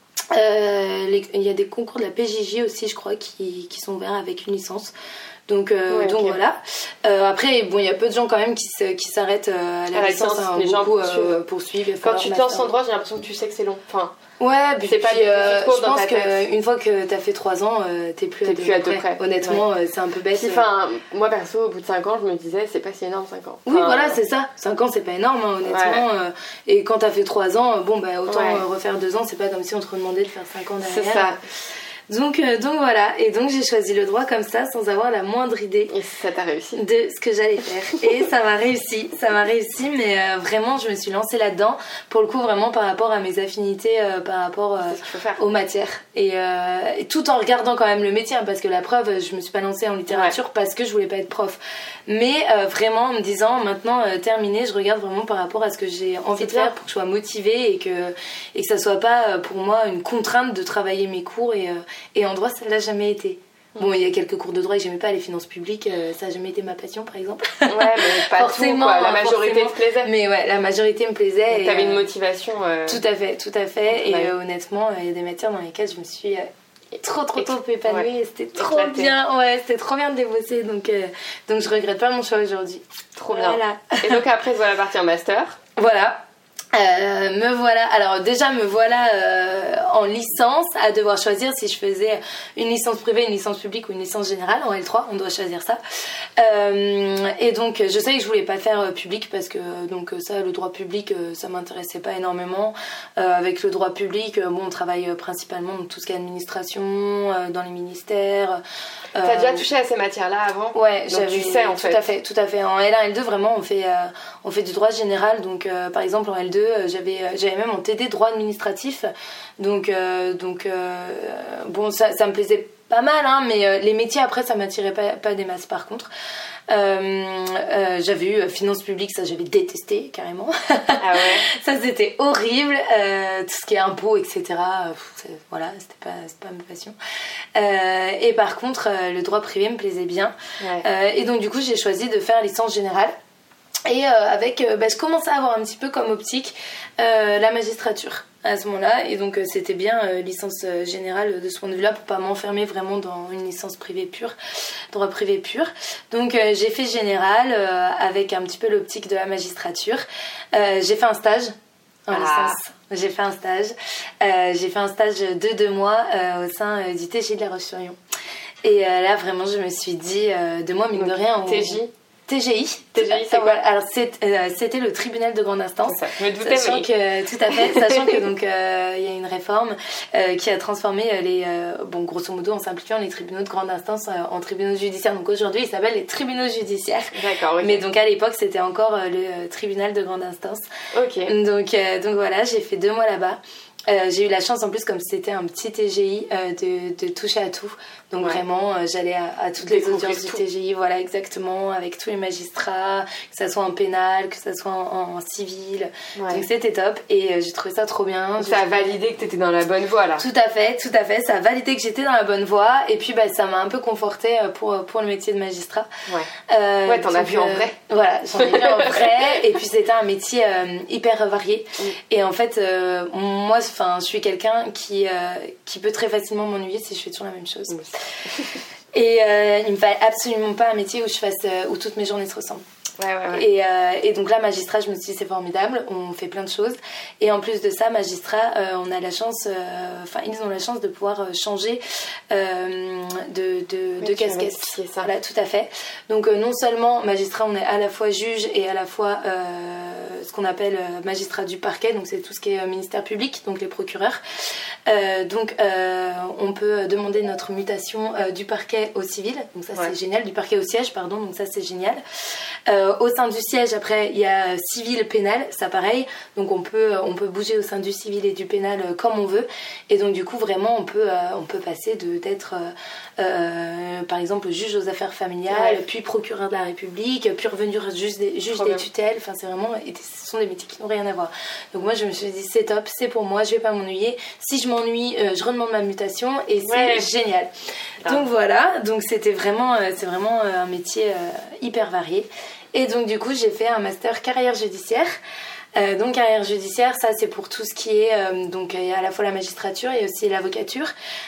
Il y a des concours de la PJJ aussi, je crois, qui sont ouverts avec une licence. Donc voilà. Après, bon, il y a peu de gens quand même qui s'arrêtent à la licence. Les gens poursuivent. Quand tu te lances en droit, j'ai l'impression que tu sais que c'est long. Enfin, ouais, puis c'est pas je pense qu'une fois que t'as fait 3 ans, t'es plus à deux près. Honnêtement, c'est un peu bête. Enfin, moi perso, au bout de 5 ans, je me disais, c'est pas si énorme 5 ans. Oui, voilà, c'est ça. 5 ans, c'est pas énorme, hein, honnêtement. Et quand t'as fait 3 ans, bon, bah autant refaire 2 ans, c'est pas comme si on te redemandait de faire 5 ans derrière. C'est ça. Donc voilà, et donc j'ai choisi le droit comme ça sans avoir la moindre idée. Et ça t'a réussi de ce que j'allais faire. Et ça m'a réussi, mais vraiment je me suis lancée là-dedans pour le coup vraiment par rapport à mes affinités, par rapport aux matières. Et tout en regardant quand même le métier, hein, parce que la preuve, je me suis pas lancée en littérature parce que je voulais pas être prof. Mais vraiment en me disant maintenant terminé, je regarde vraiment par rapport à ce que j'ai envie de faire pour que je sois motivée et que ça soit pas pour moi une contrainte de travailler mes cours et en droit ça l'a jamais été. Bon, il y a quelques cours de droit que j'aimais pas, les finances publiques, ça a jamais été ma passion par exemple. Ouais, mais pas forcément, tout, quoi. La majorité te plaisait. Mais ouais, la majorité me plaisait. Donc t'avais une motivation. Tout à fait. Et honnêtement, il y a des matières dans lesquelles je me suis trop épanouie et c'était trop bien. Ouais, c'était trop bien de les bosser, donc je regrette pas mon choix aujourd'hui. Trop bien. Voilà. Et donc après, voilà, partie en master. Voilà. Me voilà en licence à devoir choisir si je faisais une licence privée, une licence publique ou une licence générale. En L3 on doit choisir ça, et donc je sais que je voulais pas faire public parce que ça, le droit public, ça m'intéressait pas énormément. Avec le droit public, on travaille principalement dans tout ce qui est administration, dans les ministères. T'as déjà touché à ces matières-là avant? Ouais, donc tu sais en fait. Tout à fait. En L1, L2 vraiment on fait du droit général. Donc par exemple en L2 j'avais même en TD droit administratif. Donc bon, ça me plaisait pas mal, hein, mais les métiers après ça m'attirait pas des masses par contre. J'avais eu finance publique, ça j'avais détesté carrément. Ah ouais. Ça c'était horrible, tout ce qui est impôts, etc. Voilà, c'était pas ma passion. Et par contre le droit privé me plaisait bien. Ouais. Et donc du coup j'ai choisi de faire licence générale. Et je commençais à avoir un petit peu comme optique la magistrature à ce moment-là, et donc c'était bien licence générale de ce point de vue-là pour pas m'enfermer vraiment dans une licence privée pure, droit privé pur. Donc j'ai fait général avec un petit peu l'optique de la magistrature. J'ai fait un stage en licence. J'ai fait un stage de 2 mois au sein du TGI de La Roche-sur-Yon. Et là vraiment je me suis dit 2 mois mine de rien. TGI, c'est quoi? Alors c'était le tribunal de grande instance. Je me doutais, sachant que donc il y a une réforme qui a transformé grosso modo en simplifiant les tribunaux de grande instance en tribunaux judiciaires. Donc aujourd'hui ils s'appellent les tribunaux judiciaires. D'accord. Okay. Mais donc à l'époque c'était encore le tribunal de grande instance. Ok. Donc voilà, j'ai fait 2 mois là-bas. J'ai eu la chance en plus, comme c'était un petit TGI, de toucher à tout. Donc vraiment j'allais à toutes les audiences du TGI, voilà, exactement, avec tous les magistrats, que ça soit en pénal, que ça soit en civil. Donc c'était top et j'ai trouvé ça trop bien. Ça a validé que t'étais dans la bonne voie là. Tout à fait, ça a validé que j'étais dans la bonne voie et puis ça m'a un peu confortée pour le métier de magistrat. Ouais, t'en as vu en vrai. Voilà, j'en ai vu en vrai et puis c'était un métier hyper varié. Et en fait moi je suis quelqu'un qui peut très facilement m'ennuyer si je fais toujours la même chose. Et il me fallait absolument pas un métier où toutes mes journées se ressemblent. Et donc là, magistrat, je me suis dit c'est formidable, on fait plein de choses. Et en plus de ça, magistrat, on a la chance, ils ont la chance de pouvoir changer de casquette. Voilà, tout à fait. Donc non seulement magistrat, on est à la fois juge et à la fois ce qu'on appelle magistrat du parquet, donc c'est tout ce qui est ministère public, donc les procureurs. Donc on peut demander notre mutation du parquet au civil, donc ça c'est génial, du parquet au siège, pardon, donc ça c'est génial. Au sein du siège, après, il y a civil, pénal, ça pareil. Donc on peut bouger au sein du civil et du pénal comme on veut. Et donc du coup, vraiment, on peut passer d'être, par exemple, juge aux affaires familiales, puis procureur de la République, puis revenir juge des tutelles. Enfin, c'est vraiment, ce sont des métiers qui n'ont rien à voir. Donc moi, je me suis dit, c'est top, c'est pour moi, je vais pas m'ennuyer. Si je m'ennuie, je redemande ma mutation et c'est génial. Donc voilà, donc c'est vraiment un métier hyper varié. Et donc du coup j'ai fait un master carrière judiciaire. Donc carrière judiciaire, ça c'est pour tout ce qui est donc il y a à la fois la magistrature et aussi l'avocature,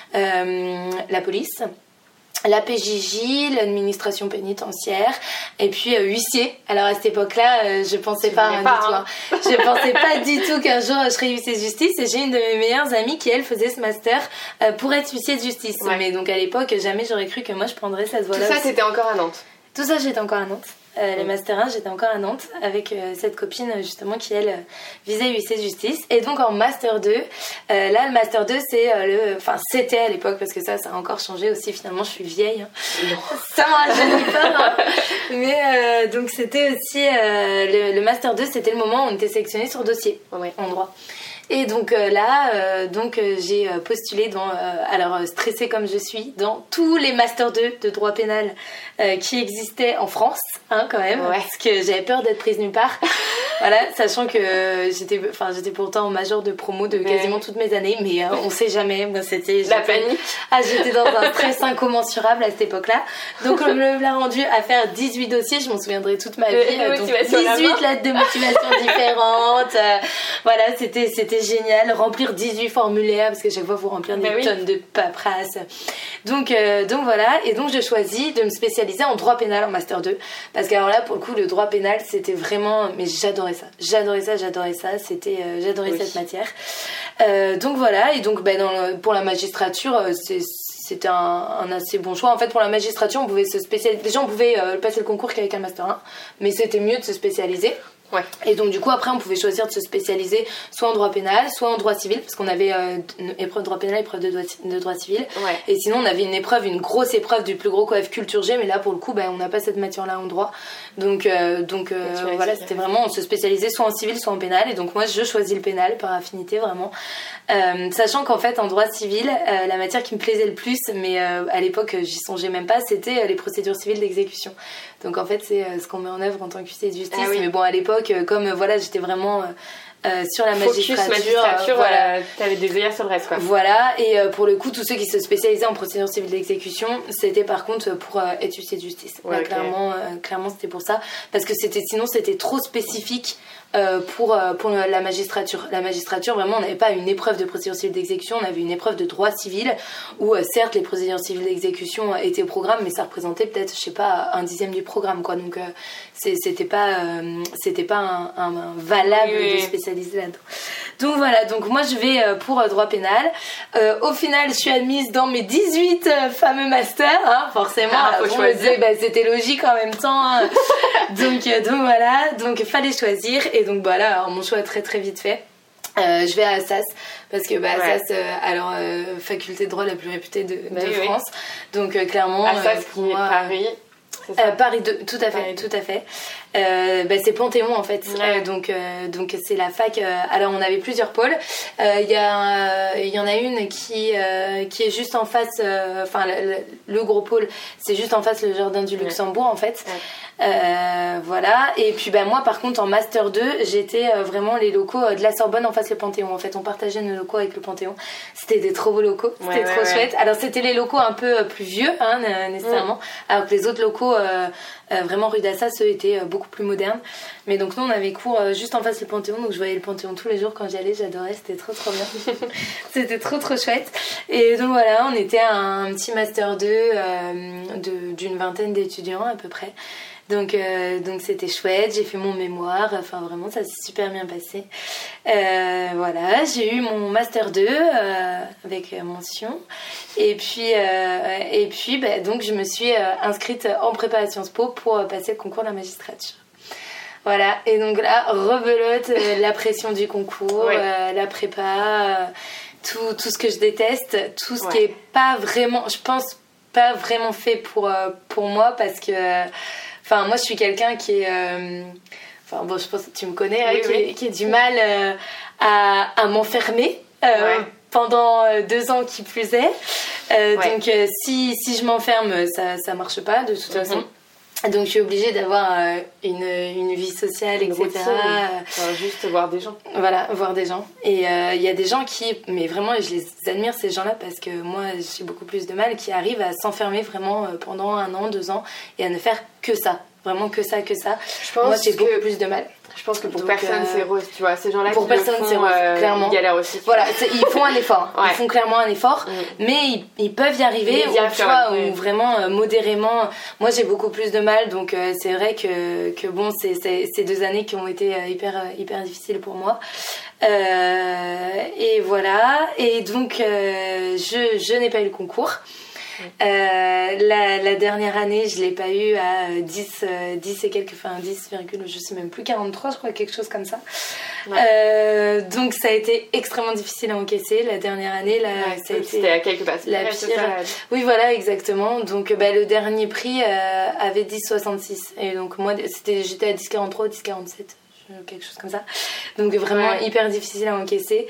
la police, la PJJ, l'administration pénitentiaire et puis huissier. Alors à cette époque-là, je pensais pas du tout. Je pensais pas du tout qu'un jour je serais huissier de justice, et j'ai une de mes meilleures amies qui elle faisait ce master pour être huissier de justice. Mais donc à l'époque, jamais j'aurais cru que moi je prendrais cette voie-là. Tout ça c'était encore à Nantes. Tout ça j'étais encore à Nantes. Les Master 1, j'étais encore à Nantes avec cette copine justement qui elle visait huissier de justice. Et donc en Master 2, là le Master 2 c'est c'était à l'époque, parce que ça a encore changé aussi, finalement je suis vieille. Hein. Ça m'a rajeuni pas. Hein. Mais donc c'était aussi le Master 2, c'était le moment où on était sélectionné sur dossier en droit. Et donc j'ai postulé alors stressée comme je suis, dans tous les Master 2 de droit pénal qui existaient en France, hein, quand même, parce que j'avais peur d'être prise nulle part. Voilà, sachant que j'étais pourtant en major de promo de quasiment toutes mes années, mais on sait jamais. Moi, la panique. J'étais dans un stress incommensurable à cette époque-là. Donc on me l'a rendu à faire 18 dossiers, je m'en souviendrai toute ma vie. Donc 18 lettres de motivation différentes. Voilà, c'était génial. Remplir 18 formulaires, parce que chaque fois il faut remplir des tonnes de paperasse. Donc voilà, et donc j'ai choisi de me spécialiser en droit pénal en Master 2, parce que alors là pour le coup le droit pénal c'était vraiment, mais j'adorais ça, c'était j'adorais cette matière. Donc voilà, et donc pour la magistrature c'était un assez bon choix. En fait, pour la magistrature, on pouvait se spécialiser. Déjà, on pouvait passer le concours qu'avec un Master 1, mais c'était mieux de se spécialiser. Et donc du coup après on pouvait choisir de se spécialiser soit en droit pénal, soit en droit civil, parce qu'on avait une épreuve de droit pénal, épreuve de droit civil, et sinon on avait une grosse épreuve du plus gros coef culture G, mais là pour le coup on n'a pas cette matière là en droit, donc voilà, c'était vraiment, on se spécialisait soit en civil soit en pénal, et donc moi je choisis le pénal par affinité vraiment, sachant qu'en fait en droit civil la matière qui me plaisait le plus, mais à l'époque j'y songeais même pas, c'était les procédures civiles d'exécution. Donc en fait c'est ce qu'on met en œuvre en tant qu'huissier de justice, mais bon à l'époque comme j'étais vraiment sur la magistrature, t'avais des œillères sur le reste, quoi. Voilà, et pour le coup tous ceux qui se spécialisaient en procédure civile d'exécution, c'était par contre pour être huissier de justice. Clairement c'était pour ça, parce que sinon c'était trop spécifique pour la magistrature. La magistrature, vraiment, on n'avait pas une épreuve de procédure civile d'exécution, on avait une épreuve de droit civil où certes les procédures civiles d'exécution étaient au programme, mais ça représentait peut-être, je sais pas, 1/10 du programme, quoi. Donc c'était pas un valable de spécialiser là-dedans. Donc voilà, donc moi je vais pour droit pénal. Au final, je suis admise dans mes 18 fameux masters, hein, forcément. On me disait, c'était logique en même temps. Hein. donc voilà, donc fallait choisir. Et donc voilà, alors mon choix est très très vite fait. Je vais à Assas, parce que Assas, faculté de droit la plus réputée de France. Donc clairement, Assas qui est Paris. Paris 2, tout à fait. C'est Panthéon en fait. Donc c'est la fac. Alors on avait plusieurs pôles. Il y en a une qui est juste en face. Le gros pôle, c'est juste en face le jardin du Luxembourg en fait. Voilà. Et puis moi par contre en Master 2 j'étais vraiment les locaux de la Sorbonne en face le Panthéon. En fait on partageait nos locaux avec le Panthéon. C'était des trop beaux locaux. C'était trop chouette. Alors c'était les locaux un peu plus vieux hein, nécessairement. Alors que les autres locaux vraiment rue d'Assas eux étaient beaucoup plus modernes. Mais donc nous on avait cours juste en face le Panthéon, donc je voyais le Panthéon tous les jours quand j'y allais, j'adorais, c'était trop bien. C'était trop chouette. Et donc voilà, on était un petit Master 2 d'une vingtaine d'étudiants à peu près. Donc c'était chouette, j'ai fait mon mémoire, enfin vraiment ça s'est super bien passé. Voilà, j'ai eu mon master 2 avec mention. Et puis donc je me suis inscrite en prépa à Sciences Po pour passer le concours de la magistrature. Voilà, et donc là, rebelote, la pression du concours, la prépa, tout ce que je déteste, tout ce qui est pas vraiment, je pense, pas vraiment fait pour moi parce que, enfin, moi je suis quelqu'un qui est, enfin bon, je pense que tu me connais, qui a du mal à m'enfermer pendant 2 ans qui plus est. Donc si je m'enferme, ça marche pas de toute façon. Donc je suis obligée d'avoir une vie sociale, etc. Juste voir des gens. Voilà, voir des gens. Et il y a des gens qui, mais vraiment je les admire ces gens-là parce que moi j'ai beaucoup plus de mal, qui arrivent à s'enfermer vraiment pendant 1 an, 2 ans et à ne faire que ça. Vraiment que ça. Je pense moi j'ai beaucoup plus de mal. Je pense que pour personne c'est rose, tu vois, ces gens-là pour personne c'est rose, clairement. Ils galèrent aussi. Voilà, ils font un effort, ils font clairement un effort, mais ils peuvent y arriver, ou vraiment modérément. Moi j'ai beaucoup plus de mal, donc c'est vrai que bon, c'est 2 années qui ont été hyper difficiles pour moi. Et voilà, et donc je n'ai pas eu le concours. La dernière année je l'ai pas eu à 10 et quelques, enfin 10, je sais même plus, 43 je crois, quelque chose comme ça. Donc ça a été extrêmement difficile à encaisser la dernière année là. Ça a été c'était à quelques passes la pire. Oui voilà, exactement. Donc le dernier prix avait 10,66 et donc moi j'étais à 10,43 ou 10,47, quelque chose comme ça, donc vraiment hyper difficile à encaisser.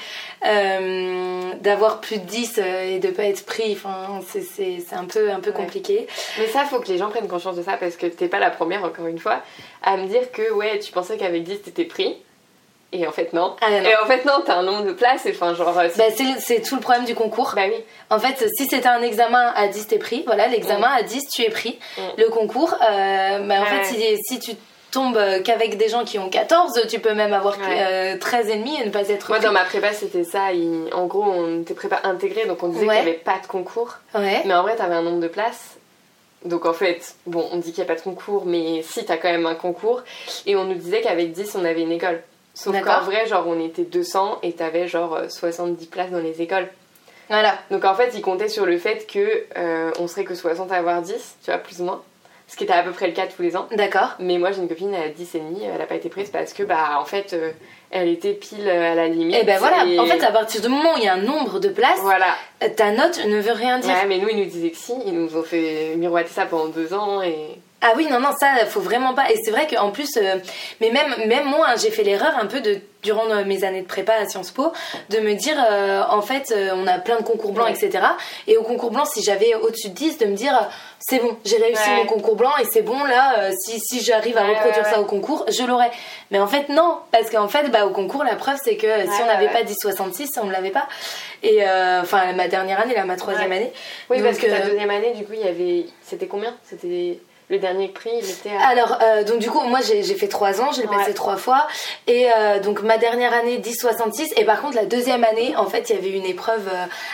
D'avoir plus de 10 et de pas être pris, enfin c'est un peu compliqué. Mais ça, faut que les gens prennent conscience de ça, parce que t'es pas la première, encore une fois, à me dire que tu pensais qu'avec 10 t'étais pris. Et en fait non. Et en fait non, t'as un nombre de places, enfin genre... c'est tout le problème du concours. Bah oui. En fait, si c'était un examen à 10 t'es pris, voilà, l'examen à 10 tu es pris. Le concours, en fait si tu tombes qu'avec des gens qui ont 14, tu peux même avoir 13 et demi et ne pas être pris. Moi dans ma prépa c'était ça, en gros on était prépa intégrée, donc on disait qu'il n'y avait pas de concours. Mais en vrai t'avais un nombre de places. Donc en fait, bon, on dit qu'il n'y a pas de concours, mais si, t'as quand même un concours. Et on nous disait qu'avec 10 on avait une école. Sauf qu'en vrai, genre, on était 200 et t'avais genre 70 places dans les écoles. Voilà. Donc en fait, ils comptaient sur le fait que on serait que 60 à avoir 10, tu vois, plus ou moins. Ce qui était à peu près le cas tous les ans. D'accord. Mais moi, j'ai une copine à 10 et demi, elle a pas été prise parce que, en fait, elle était pile à la limite. Et voilà, en fait, à partir du moment où il y a un nombre de places, ta note ne veut rien dire. Ouais, mais nous, ils nous disaient que si, ils nous ont fait miroiter ça pendant 2 ans et... Ah oui, non, ça, faut vraiment pas. Et c'est vrai qu'en plus, mais même moi, j'ai fait l'erreur un peu durant mes années de prépa à Sciences Po, de me dire, en fait, on a plein de concours blancs, etc. Et au concours blanc, si j'avais au-dessus de 10, de me dire, c'est bon, j'ai réussi mon concours blanc et c'est bon, là, si j'arrive à reproduire ça au concours, je l'aurais. Mais en fait, non, parce qu'en fait, au concours, la preuve, c'est que si on n'avait pas 10,66, on ne l'avait pas. Et enfin, ma dernière année, là, ma 3e année. Oui, donc, parce que ta 2e année, du coup, il y avait... C'était combien ? C'était... Le dernier prix, il était à... Alors, donc du coup, moi j'ai fait 3 ans, je l'ai passé 3 fois. Et donc ma dernière année, 10,66. Et par contre, la 2e année, en fait, il y avait une épreuve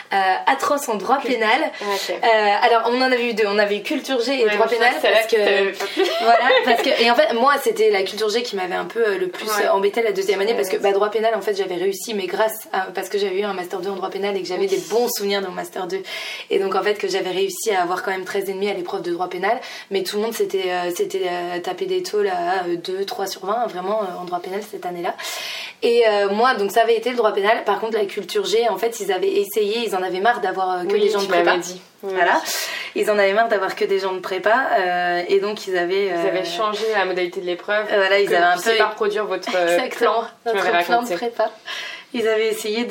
atroce en droit pénal. Alors, on en avait eu 2. On avait eu culture G et droit pénal. Parce que... Et en fait, moi, c'était la culture G qui m'avait un peu le plus embêté la 2e année. Parce que droit pénal, en fait, j'avais réussi, mais parce que j'avais eu un master 2 en droit pénal et que j'avais des bons souvenirs de mon master 2. Et donc, en fait, que j'avais réussi à avoir quand même 13,5 à l'épreuve de droit pénal. Mais tout le monde s'était tapé des taux là, 2-3 sur 20 vraiment en droit pénal cette année-là. Et moi, donc ça avait été le droit pénal. Par contre, la culture G, en fait, ils avaient essayé, ils en avaient marre d'avoir que des gens de prépa. Voilà. Ils en avaient marre d'avoir que des gens de prépa et donc ils avaient changé la modalité de l'épreuve. Voilà, ils avaient un peu pas reproduire votre plan. Notre plan de prépa. Ils avaient essayé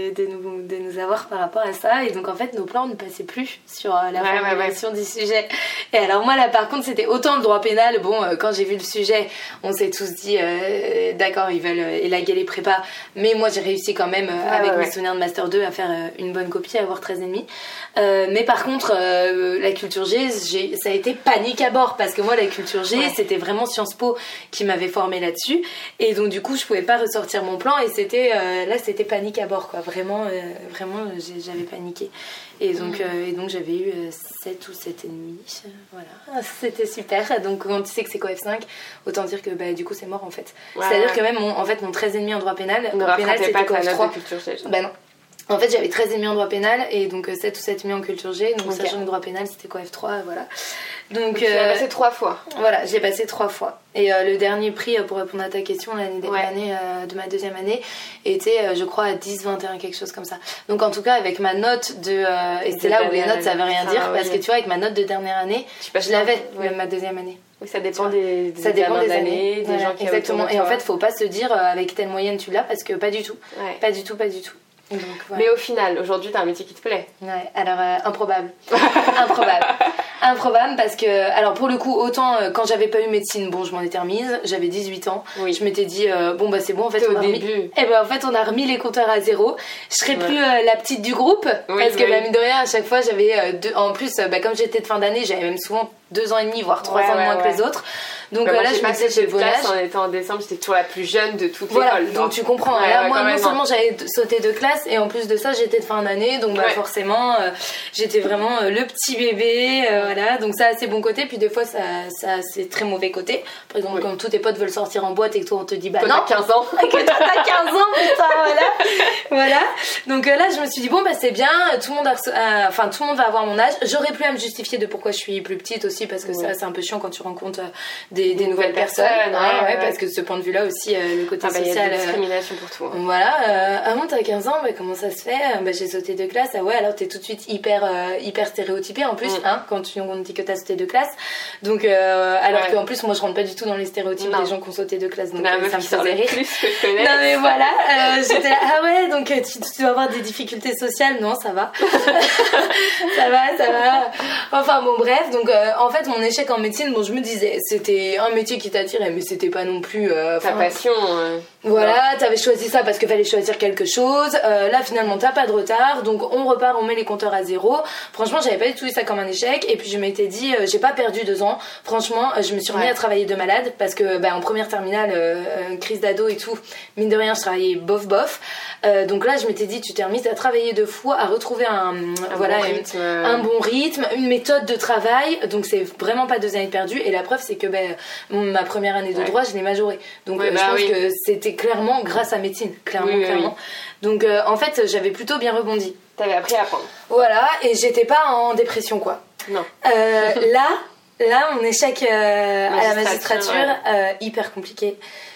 de nous avoir par rapport à ça, et donc en fait nos plans ne passaient plus sur la formulation du sujet. Et alors moi là par contre c'était autant le droit pénal, bon quand j'ai vu le sujet on s'est tous dit d'accord, ils veulent élaguer les prépas, mais moi j'ai réussi quand même avec mes souvenirs de master 2 à faire une bonne copie, à avoir 13,5. Mais par contre la culture G, ça a été panique à bord, parce que moi la culture G c'était vraiment Sciences Po qui m'avait formée là-dessus, et donc du coup je pouvais pas ressortir mon plan, et c'était là c'était panique à bord quoi, vraiment j'avais paniqué et donc j'avais eu 7 ou 7,5, voilà, c'était super. Donc quand tu sais que c'est COEF 5, autant dire que du coup c'est mort en fait. C'est-à-dire que même mon 13,5 en droit pénal, ne rattrapait pas ta note de culture G. Non. En fait, j'avais 13,5 en droit pénal et donc 7 ou 7,5 en culture G. Donc, sachant le droit pénal, c'était COEF 3, voilà. Donc tu l'as passé 3 fois. Voilà, j'ai passé 3 fois. Et le dernier prix, pour répondre à ta question, l'année de ma deuxième année, était, je crois, à 10, 21, quelque chose comme ça. Donc, en tout cas, avec ma note de... et c'est là où les notes, ça veut rien dire. Parce que tu vois, avec ma note de dernière année, je l'avais, même ma deuxième année. Oui, ça dépend des années, des gens qui exactement. Et en fait, faut pas se dire avec telle moyenne tu l'as, parce que pas du tout. Pas du tout. Donc, voilà. Mais au final, aujourd'hui, t'as un métier qui te plaît. Ouais, alors improbable. Improbable parce que, alors pour le coup, autant quand j'avais pas eu médecine, bon, je m'en étais remise, j'avais 18 ans. Oui. Je m'étais dit, c'est bon, en fait, on a remis les compteurs à zéro. Je serais plus la petite du groupe parce que, mine de rien, à chaque fois, j'avais en plus, comme j'étais de fin d'année, j'avais même souvent 2 ans et demi, voire 3 ans de moins que les autres. Donc là, je me disais, j'ai le volage. En étant en décembre, j'étais toujours la plus jeune de toute l'école. Donc tu comprends. Là, moi, non seulement j'avais sauté de classe, et en plus de ça, j'étais de fin d'année. Donc forcément, j'étais vraiment le petit bébé. Voilà. Donc ça a ses bons côtés. Puis des fois, ça a ses très mauvais côtés. Par exemple, quand tous tes potes veulent sortir en boîte et que toi, on te dit, non. T'as 15 ans. Que toi, t'as 15 ans, putain, voilà. Donc là, je me suis dit, c'est bien. Tout le monde va avoir mon âge. J'aurais plus à me justifier de pourquoi je suis plus petite aussi, parce que ça, c'est un peu chiant quand tu rencontres des nouvelles personnes. Parce que de ce point de vue-là aussi, le côté social. Il y a de la discrimination pour tout. Voilà. Avant, t'as 15 ans, comment ça se fait? J'ai sauté de classe. Ah ouais, alors t'es tout de suite hyper stéréotypée en plus, quand on dit que t'as sauté de classe. Donc, alors qu'en plus, moi, je rentre pas du tout dans les stéréotypes des gens qui ont sauté de classe. Donc, ça me faisait rire. Non, mais voilà. J'étais là, donc tu dois avoir des difficultés sociales. Non, ça va. ça va. Enfin, bon, bref. Donc, en fait, mon échec en médecine, je me disais, c'était un métier qui t'attirait, mais c'était pas non plus ta passion. Voilà, t'avais choisi ça parce qu'il fallait choisir quelque chose. Là, finalement, t'as pas de retard, donc on repart, on met les compteurs à zéro. Franchement, j'avais pas du tout vu ça comme un échec. Et puis je m'étais dit, j'ai pas perdu 2 ans. Franchement, je me suis remis à travailler de malade parce que en première terminale, crise d'ado et tout, mine de rien, je travaillais bof. Donc là, je m'étais dit, tu t'es remise à travailler de fou, à retrouver un bon rythme, une méthode de travail. Donc c'est vraiment pas 2 années de perdu. Et la preuve, c'est que ma première année de droit, je l'ai majorée. Donc je pense que c'était clairement grâce à médecine, clairement. Donc en fait, j'avais plutôt bien rebondi. T'avais appris à apprendre. Voilà, et j'étais pas en dépression quoi. Non. Là, mon échec à la magistrature, hyper compliqué.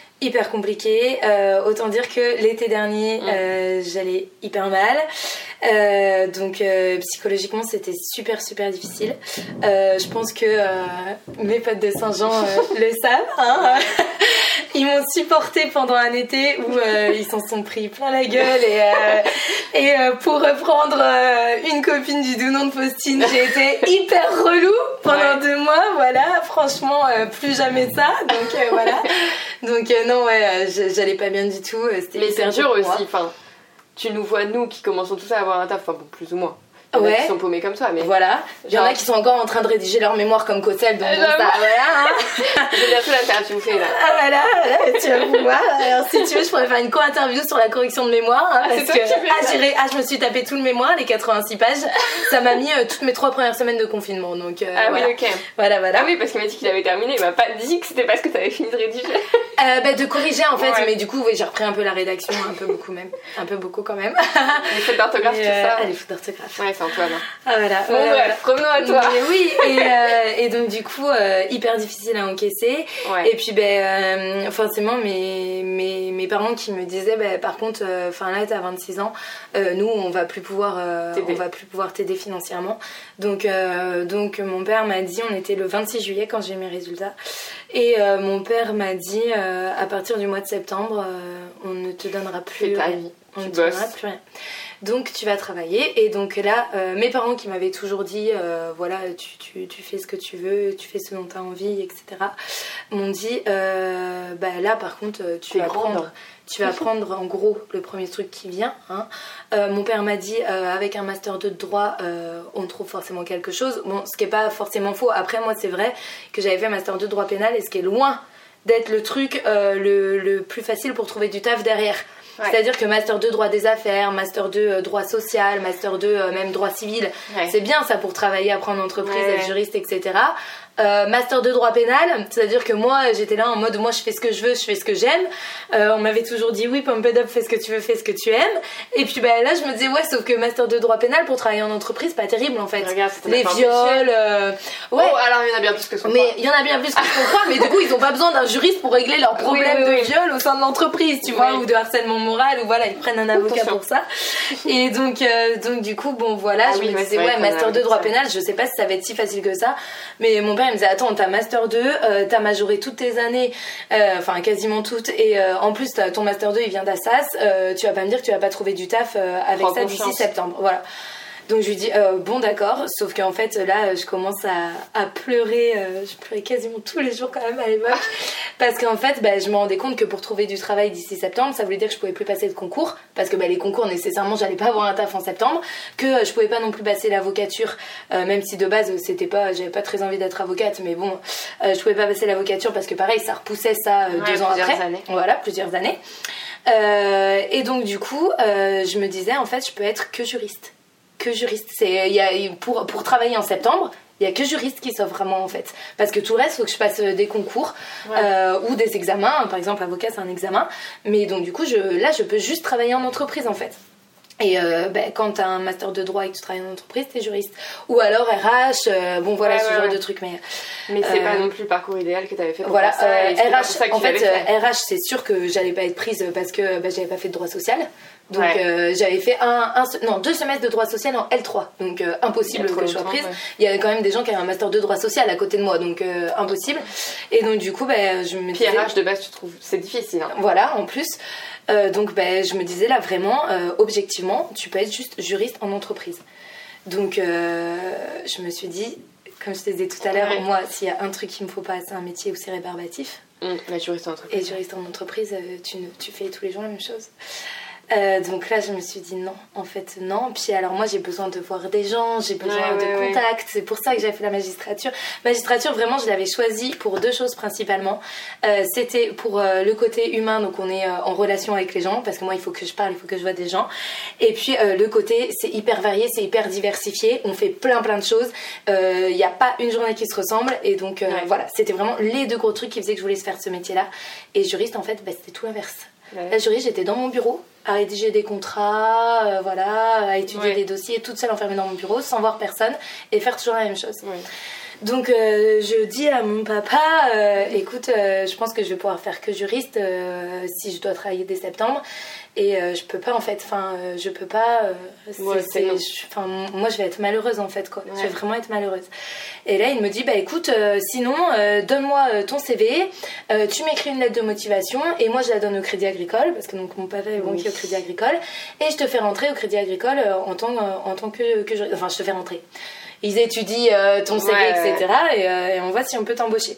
Autant dire que l'été dernier, j'allais hyper mal. Donc psychologiquement, c'était super difficile. Je pense que mes potes de Saint-Jean le savent. Ils m'ont supporté pendant un été où ils s'en sont pris plein la gueule et pour reprendre une copine du doux nom de Faustine, j'ai été hyper relou pendant 2 mois, voilà, franchement plus jamais ça, donc voilà. Donc j'allais pas bien du tout, c'était mais hyper c'est dur aussi, tu nous vois nous qui commençons tous à avoir un taf, plus ou moins. Il y en a qui sont paumés comme toi, mais voilà. Il y en a qui sont encore en train de rédiger leur mémoire comme Cossel, donc ça, voilà. J'ai bientôt l'interview fait là. Ah voilà, tu vas pouvoir. Alors si tu veux, je pourrais faire une co-interview sur la correction de mémoire, parce que je me suis tapé tout le mémoire, les 86 pages. Ça m'a mis toutes mes 3 premières semaines de confinement, donc voilà. Oui, ok. Voilà. Ah oui, parce qu'il m'a dit qu'il avait terminé, il m'a pas dit que c'était parce que t'avais fini de rédiger. De corriger en fait, mais du coup, j'ai repris un peu la rédaction, un peu beaucoup quand même. Les fautes d'orthographe, tout ça. Les fautes d'orthographe. Ouais, c'est Antoine. Ah voilà. Bon bref, revenons à toi. Mais oui, et donc du coup, hyper difficile à encaisser. Ouais. Et puis forcément mes parents qui me disaient par contre, là t'as 26 ans, nous on va plus pouvoir t'aider financièrement. Donc mon père m'a dit, on était le 26 juillet quand j'ai eu mes résultats, et mon père m'a dit à partir du mois de septembre, on ne te donnera plus rien. On ne te donnera plus rien. Donc tu vas travailler. Et donc là, mes parents qui m'avaient toujours dit tu fais ce que tu veux, tu fais ce dont tu as envie, etc., m'ont dit là par contre tu vas prendre en gros le premier truc qui vient, mon père m'a dit avec un master 2 de droit on trouve forcément quelque chose, ce qui est pas forcément faux. Après moi c'est vrai que j'avais fait un master 2 de droit pénal, et ce qui est loin d'être le truc le plus facile pour trouver du taf derrière. Ouais. C'est-à-dire que master 2 droit des affaires, master 2 droit social, master 2 même droit civil, c'est bien ça pour travailler après en entreprise, être juriste, etc. Master 2 droit pénal, c'est-à-dire que moi j'étais là en mode moi je fais ce que je veux, je fais ce que j'aime. On m'avait toujours dit oui, pump it up, fais ce que tu veux, fais ce que tu aimes. Et puis là je me disais ouais, sauf que master 2 droit pénal pour travailler en entreprise, pas terrible en fait. Regarde, les viols, Oh, alors il y en a bien plus que ce qu'on croit. Mais il y en a bien plus que ce qu'on croit, mais du coup ils ont pas besoin d'un juriste pour régler leurs problèmes de viol au sein de l'entreprise, tu vois, ou de harcèlement moral, ou voilà, ils prennent un avocat pour ça. Et donc du coup bon voilà, je me disais ouais, master 2 droit pénal, je sais pas si ça va être si facile que ça, mais mon père il me disait attends, t'as master 2, t'as majoré toutes tes années, enfin quasiment toutes, et en plus ton master 2 il vient d'Assas, tu vas pas me dire que tu vas pas trouver du taf avec ça d'ici septembre, voilà. Donc je lui dis bon d'accord, sauf qu'en fait là je commence à pleurer, je pleurais quasiment tous les jours quand même à l'époque, parce qu'en fait je me rendais compte que pour trouver du travail d'ici septembre, ça voulait dire que je pouvais plus passer de concours, parce que les concours nécessairement j'allais pas avoir un taf en septembre, que je pouvais pas non plus passer l'avocature, même si de base j'avais pas très envie d'être avocate, mais bon je pouvais pas passer l'avocature parce que pareil ça repoussait ça 2 ans après, voilà, plusieurs années, et donc du coup je me disais en fait je peux être que juriste. Pour travailler en septembre, il y a que juriste qui s'offre vraiment en fait, parce que tout le reste faut que je passe des concours ou des examens, par exemple avocat c'est un examen, mais donc du coup je peux juste travailler en entreprise en fait. Et quand t'as un master de droit et que tu travailles en entreprise, t'es juriste. Ou alors RH, bon voilà, ce genre de truc. Mais c'est pas non plus le parcours idéal que t'avais fait pour voilà, faire ça. RH, en fait, RH, c'est sûr que j'allais pas être prise parce que j'avais pas fait de droit social. Donc j'avais fait 2 semestres de droit social en L3. Donc impossible que je sois prise. Il y avait quand même des gens qui avaient un master de droit social à côté de moi. Donc impossible. Et donc du coup, je me disais... Puis RH de base, tu trouves, c'est difficile. Hein. Voilà, en plus... donc je me disais là vraiment objectivement tu peux être juste juriste en entreprise, donc je me suis dit, comme je te disais tout à l'heure, moi s'il y a un truc qu'il me faut pas, c'est un métier où c'est rébarbatif. La juriste en entreprise. Et juriste en entreprise, tu fais tous les jours la même chose. Donc là je me suis dit non, en fait non. Puis alors moi j'ai besoin de voir des gens, j'ai besoin de contacts, c'est pour ça que j'ai fait la magistrature. Vraiment je l'avais choisie pour 2 choses principalement. C'était pour le côté humain, donc on est en relation avec les gens, parce que moi il faut que je parle, il faut que je vois des gens. Et puis le côté c'est hyper varié, c'est hyper diversifié, on fait plein de choses, il n'y a pas une journée qui se ressemble, et donc voilà, c'était vraiment les 2 gros trucs qui faisaient que je voulais faire ce métier là. Et juriste en fait c'était tout l'inverse. La juriste, j'étais dans mon bureau à rédiger des contrats, à étudier des dossiers, toute seule enfermée dans mon bureau sans voir personne et faire toujours la même chose. Donc je dis à mon papa, écoute, je pense que je vais pouvoir faire que juriste si je dois travailler dès septembre, et je peux pas en fait, je peux pas, moi je vais être malheureuse en fait quoi, je vais vraiment être malheureuse. Et là il me dit écoute, sinon donne-moi ton CV, tu m'écris une lettre de motivation et moi je la donne au Crédit Agricole, parce que donc mon papa est banquier au Crédit Agricole, et je te fais rentrer au Crédit Agricole en tant que juriste, enfin je te fais rentrer. Ils étudient ton CV, etc. Et on voit si on peut t'embaucher.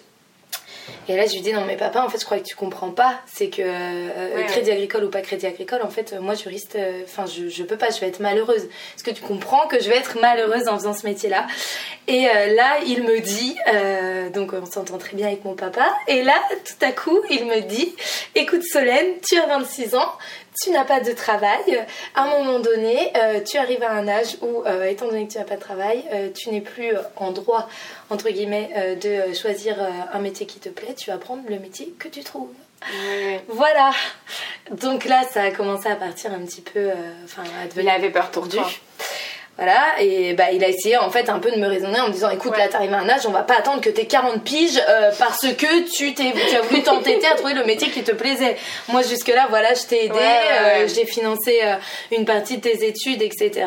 Et là, je lui dis non, mais papa, en fait, je crois que tu comprends pas. C'est que Crédit Agricole ou pas Crédit Agricole, en fait, moi, juriste, je peux pas, je vais être malheureuse. Est-ce que tu comprends que je vais être malheureuse en faisant ce métier-là? Et là, il me dit, donc on s'entend très bien avec mon papa, et là, tout à coup, il me dit, écoute Solène, tu as 26 ans, tu n'as pas de travail, à un moment donné, tu arrives à un âge où, étant donné que tu n'as pas de travail, tu n'es plus en droit, entre guillemets, de choisir un métier qui te plaît, tu vas prendre le métier que tu trouves. Voilà. Donc là, ça a commencé à partir un petit peu, à devenir... Il avait peur pour toi. Voilà, et il a essayé en fait un peu de me raisonner en me disant écoute, là t'arrives à un âge, on va pas attendre que t'aies 40 piges parce que tu as voulu t'entêter à trouver le métier qui te plaisait. Moi jusque là voilà, je t'ai aidé, j'ai financé une partie de tes études, etc.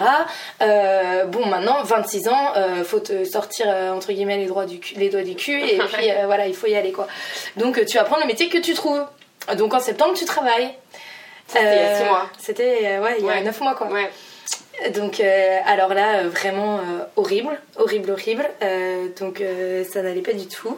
Bon, maintenant 26 ans, faut te sortir entre guillemets les doigts du cul et puis voilà, il faut y aller quoi. Donc tu vas prendre le métier que tu trouves. Donc en septembre tu travailles. C'était il y a 6 mois. C'était il y a 9 mois quoi. Donc alors là vraiment horrible. Donc ça n'allait pas du tout.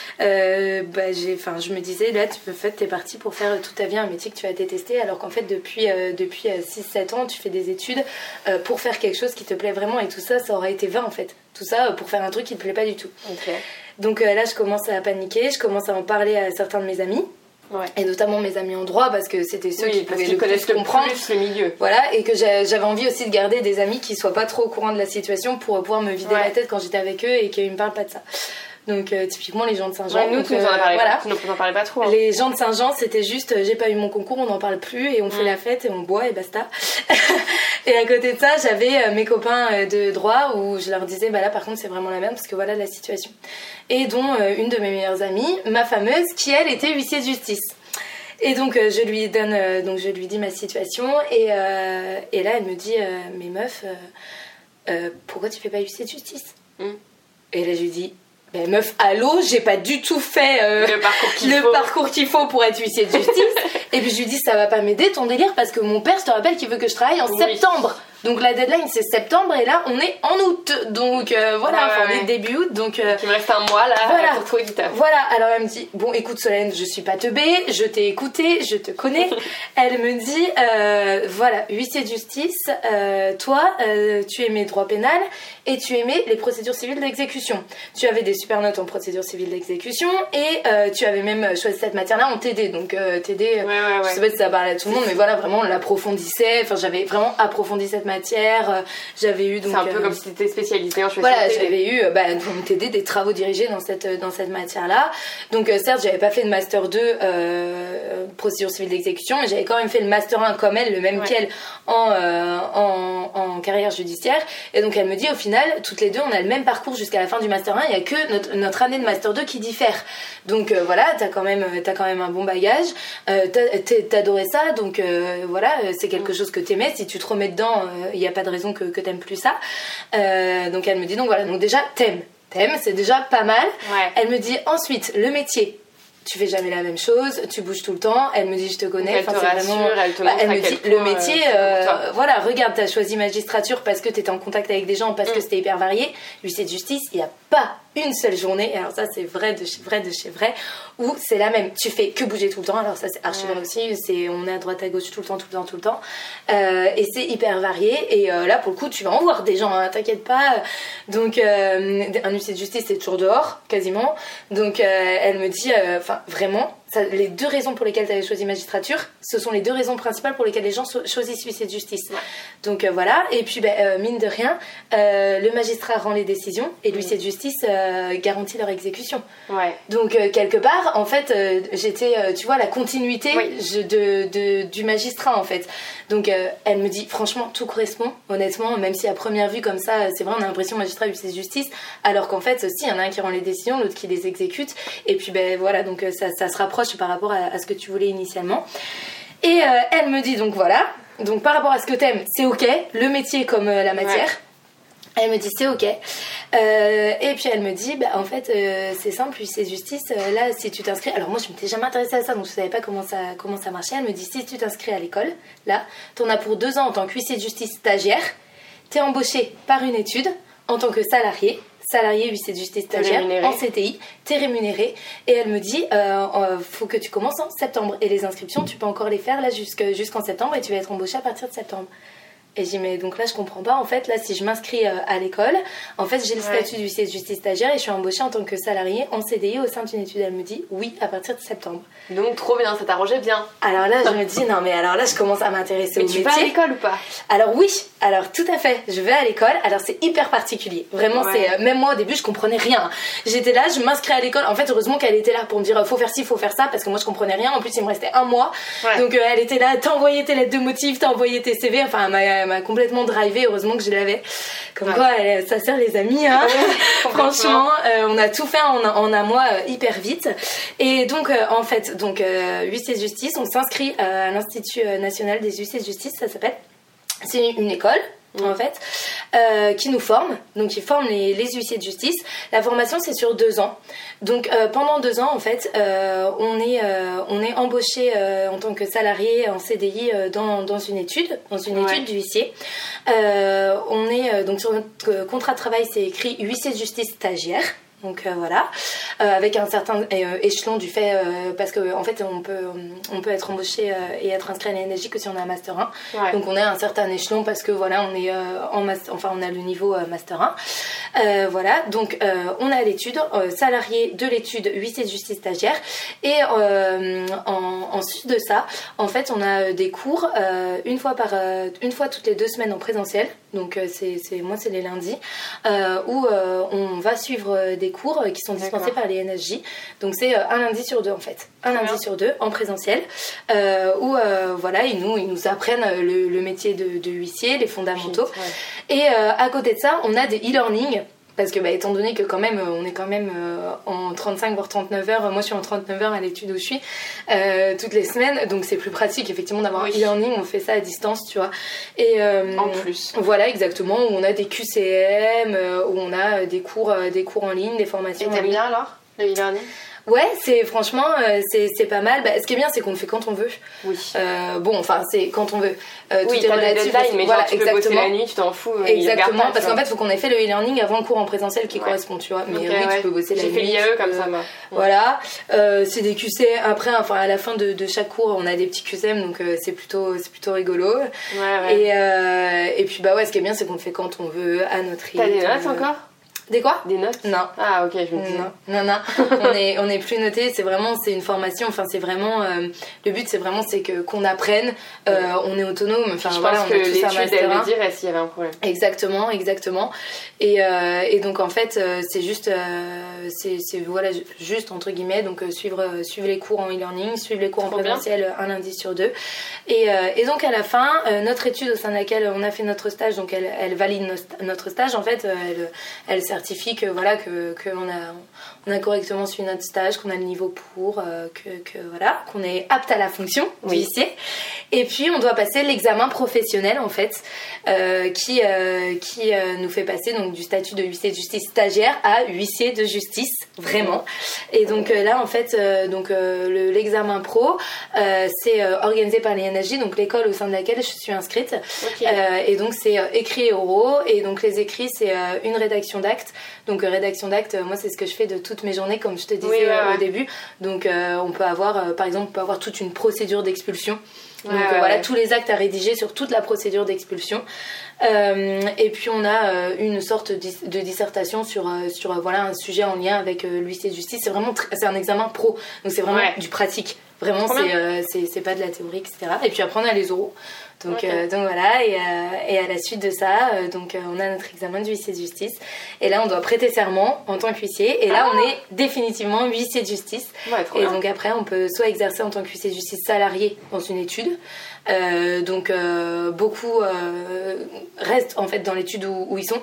Je me disais là t'es partie pour faire toute ta vie un métier que tu vas détester, alors qu'en fait depuis 6-7 ans tu fais des études pour faire quelque chose qui te plaît vraiment, et tout ça aurait été vain en fait. Tout ça pour faire un truc qui te plaît pas du tout. Donc là je commence à paniquer, je commence à en parler à certains de mes amis. et notamment mes amis en droit parce que c'était ceux qui pouvaient le connaissent plus comprendre le milieu. Voilà, et que j'avais envie aussi de garder des amis qui soient pas trop au courant de la situation pour pouvoir me vider la tête quand j'étais avec eux et qu'ils me parlent pas de ça. Donc typiquement les gens de Saint-Jean. Nous, tu nous en parlais pas trop. Hein. Les gens de Saint-Jean, c'était juste j'ai pas eu mon concours, on n'en parle plus et on fait la fête et on boit et basta. Et à côté de ça, j'avais mes copains de droit où je leur disais là par contre c'est vraiment la merde parce que voilà la situation. Et dont une de mes meilleures amies, ma fameuse, qui elle était huissier de justice. Et donc je lui dis ma situation et là elle me dit mais meuf pourquoi tu fais pas huissier de justice Et là je lui dis ben meuf, allô, j'ai pas du tout fait le parcours qu'il faut pour être huissier de justice. Et puis je lui dis ça va pas m'aider ton délire parce que mon père, je te rappelle qu'il veut que je travaille en septembre. Donc la deadline c'est septembre et là on est en août. Donc on est début août. Donc il me reste un mois là pour trouver du taf. Voilà, alors elle me dit bon écoute Solène, je suis pas teubée, je t'ai écouté, je te connais. Elle me dit voilà, huissier de justice, toi tu aimais droit pénal et tu aimais les procédures civiles d'exécution. Tu avais des super notes en procédure civile d'exécution et tu avais même choisi cette matière-là en TD. Donc TD, je sais pas si ça parle à tout le monde, mais voilà, vraiment on l'approfondissait. Enfin, j'avais vraiment approfondi cette matière. J'avais eu donc. C'est un peu comme si t'étais spécialisée en choix. Voilà, j'avais eu dans TD des travaux dirigés dans cette matière-là. Donc certes, j'avais pas fait le master 2 procédure civile d'exécution, mais j'avais quand même fait le master 1 comme elle, le même qu'elle en carrière judiciaire. Et donc elle me dit au final, toutes les deux, on a le même parcours jusqu'à la fin du master 1. Il y a que notre année de master 2 qui diffère. Donc voilà, t'as quand même un bon bagage. T'adorais ça, donc voilà, c'est quelque chose que t'aimais. Si tu te remets dedans, il n'y a pas de raison que t'aimes plus ça. Donc elle me dit donc voilà, donc déjà t'aimes, c'est déjà pas mal. Elle me dit ensuite le métier. Tu fais jamais la même chose, tu bouges tout le temps. Elle me dit je te connais. Elle te rassure, elle te montre elle me dit le métier, voilà, regarde, t'as choisi magistrature parce que t'étais en contact avec des gens, parce que c'était hyper varié. Huissier de justice, il n'y a pas une seule journée, et alors ça c'est vrai de chez vrai, où c'est la même. Tu fais que bouger tout le temps, alors ça c'est archi vrai aussi, on est à droite à gauche tout le temps. Et c'est hyper varié, et là pour le coup tu vas en voir des gens, hein, t'inquiète pas. Donc un huissier de justice c'est toujours dehors, quasiment. Donc elle me dit, vraiment, les deux raisons pour lesquelles tu avais choisi magistrature, ce sont les deux raisons principales pour lesquelles les gens choisissent huissier de justice. Donc voilà, et puis mine de rien, le magistrat rend les décisions et l'huissier de justice garantit leur exécution. Donc quelque part, en fait, j'étais, tu vois, la continuité du magistrat en fait. Donc elle me dit, franchement, tout correspond, honnêtement, même si à première vue comme ça, c'est vrai, on a l'impression magistrat, huissier de justice, alors qu'en fait, si, il y en a un qui rend les décisions, l'autre qui les exécute, et puis voilà, donc ça se rapproche par rapport à ce que tu voulais initialement. Et elle me dit donc voilà, donc par rapport à ce que t'aimes, c'est ok, le métier comme la matière. Elle me dit c'est ok. Et puis elle me dit en fait c'est simple, huissier de justice, là si tu t'inscris, alors moi je m'étais jamais intéressée à ça donc je savais pas comment ça marchait. Elle me dit si tu t'inscris à l'école, là t'en as pour 2 ans en tant qu'huissier de justice stagiaire, t'es embauché par une étude en tant que salarié huissier de justice stagiaire en CTI, t'es rémunéré. Et elle me dit faut que tu commences en septembre et les inscriptions tu peux encore les faire là jusqu'en septembre et tu vas être embauché à partir de septembre. Et j'ai dit mais donc là je comprends pas, en fait là si je m'inscris à l'école, en fait j'ai le statut d'huissier de justice stagiaire et je suis embauchée en tant que salarié en CDI au sein d'une étude. Elle me dit oui à partir de septembre. Donc trop bien, ça t'arrangeait bien. Alors là je me dis non mais alors là je commence à m'intéresser au métier. Mais tu vas à l'école ou pas? Alors oui, alors tout à fait, je vais à l'école. Alors c'est hyper particulier, vraiment c'est même moi au début je comprenais rien. J'étais là, je m'inscris à l'école, en fait heureusement qu'elle était là pour me dire faut faire ci, faut faire ça, parce que moi je comprenais rien. En plus il me restait 1 mois, donc elle était là, t'as envoyé tes lettres de motifs, t'as envoyé tes CV, enfin elle m'a complètement drivé, heureusement que je l'avais. Comme quoi ça sert les amis, hein. Franchement on a tout fait en 1 mois hyper vite. Et donc en fait huissier de justice, on s'inscrit à l'Institut national des huissiers de justice, ça s'appelle. C'est une école en fait qui nous forme, donc ils forment les huissiers de justice. La formation c'est sur 2 ans, donc pendant 2 ans en fait on est embauché en tant que salarié en CDI dans une étude d'huissier. On est donc sur notre contrat de travail c'est écrit huissier de justice stagiaire. Donc voilà, avec un certain échelon du fait, parce qu'en fait on peut être embauché et être inscrit à l'ENJ que si on a un Master 1. Donc on est à un certain échelon parce que voilà, on est on a le niveau Master Voilà, donc on a l'étude, salarié de l'étude, huissier de justice stagiaire. Et ensuite de ça, en fait, on a des cours une fois toutes les 2 semaines en présentiel. Donc moi c'est les lundis où on va suivre des cours qui sont dispensés par les NSJ. Donc c'est un lundi sur 2 en fait, lundi sur 2 en présentiel où voilà ils nous apprennent le métier de huissier, les fondamentaux. Et à côté de ça on a des e-learning. Parce que étant donné que quand même on est quand même en 35 voire 39 heures, moi je suis en 39 heures à l'étude où je suis toutes les semaines, donc c'est plus pratique effectivement d'avoir un e-learning, on fait ça à distance, tu vois. Et en plus. Voilà exactement, où on a des QCM, où on a des cours en ligne, des formations. Et t'aimes bien alors le e-learning? Ouais, c'est franchement c'est pas mal. Ce qui est bien c'est qu'on le fait quand on veut. Oui. Bon, enfin c'est quand on veut. Oui, tout est relatif. Deadline, mais voilà, tu peux bosser la nuit, tu t'en fous. Exactement, parce qu'en fait faut qu'on ait fait le e-learning avant le cours en présentiel qui correspond, tu vois. Mais oui, tu peux bosser la nuit. J'ai fait l'IAE comme ça, moi. Voilà, c'est des QC. Après, enfin à la fin de chaque cours, on a des petits QCM, donc c'est plutôt rigolo. Et puis ce qui est bien c'est qu'on le fait quand on veut à notre rythme. T'as des notes encore? Des quoi? Des notes? Non. Ah ok, je me dis. Non. on est plus noté. C'est une formation. Enfin, c'est vraiment le but. C'est qu'on apprenne. On est autonome. Enfin, je voilà, pense que l'étude elle me dirait s'il y avait un problème. Exactement. Et donc en fait, c'est juste juste entre guillemets. Donc suivre les cours en e-learning, suivre les cours en présentiel un lundi sur 2. Et donc à la fin, notre étude au sein de laquelle on a fait notre stage, donc elle valide notre stage. En fait, elle certifie que voilà on a correctement suivi notre stage, qu'on a le niveau pour, qu'on est apte à la fonction d'huissier. Et puis on doit passer l'examen professionnel en fait, qui nous fait passer donc du statut de huissier de justice stagiaire à huissier de justice vraiment. Et donc là en fait l'examen pro c'est organisé par les NSJ, donc l'école au sein de laquelle je suis inscrite. Et donc c'est écrit et oraux, et donc les écrits c'est une rédaction d'acte. Donc rédaction d'acte, moi c'est ce que je fais de toutes mes journées comme je te disais au début. Donc on peut avoir par exemple toute une procédure d'expulsion. Donc tous les actes à rédiger sur toute la procédure d'expulsion. Et puis on a une sorte de dissertation sur un sujet en lien avec l'huissier de justice. C'est un examen pro, donc c'est vraiment du pratique. Vraiment c'est pas de la théorie, etc. Et puis après on a les oraux. Donc voilà, et à la suite de ça, on a notre examen de huissier de justice. Et là, on doit prêter serment en tant qu'huissier. Et là, on est définitivement huissier de justice. Et donc après, on peut soit exercer en tant qu'huissier de justice salarié dans une étude. Beaucoup restent en fait dans l'étude où ils sont.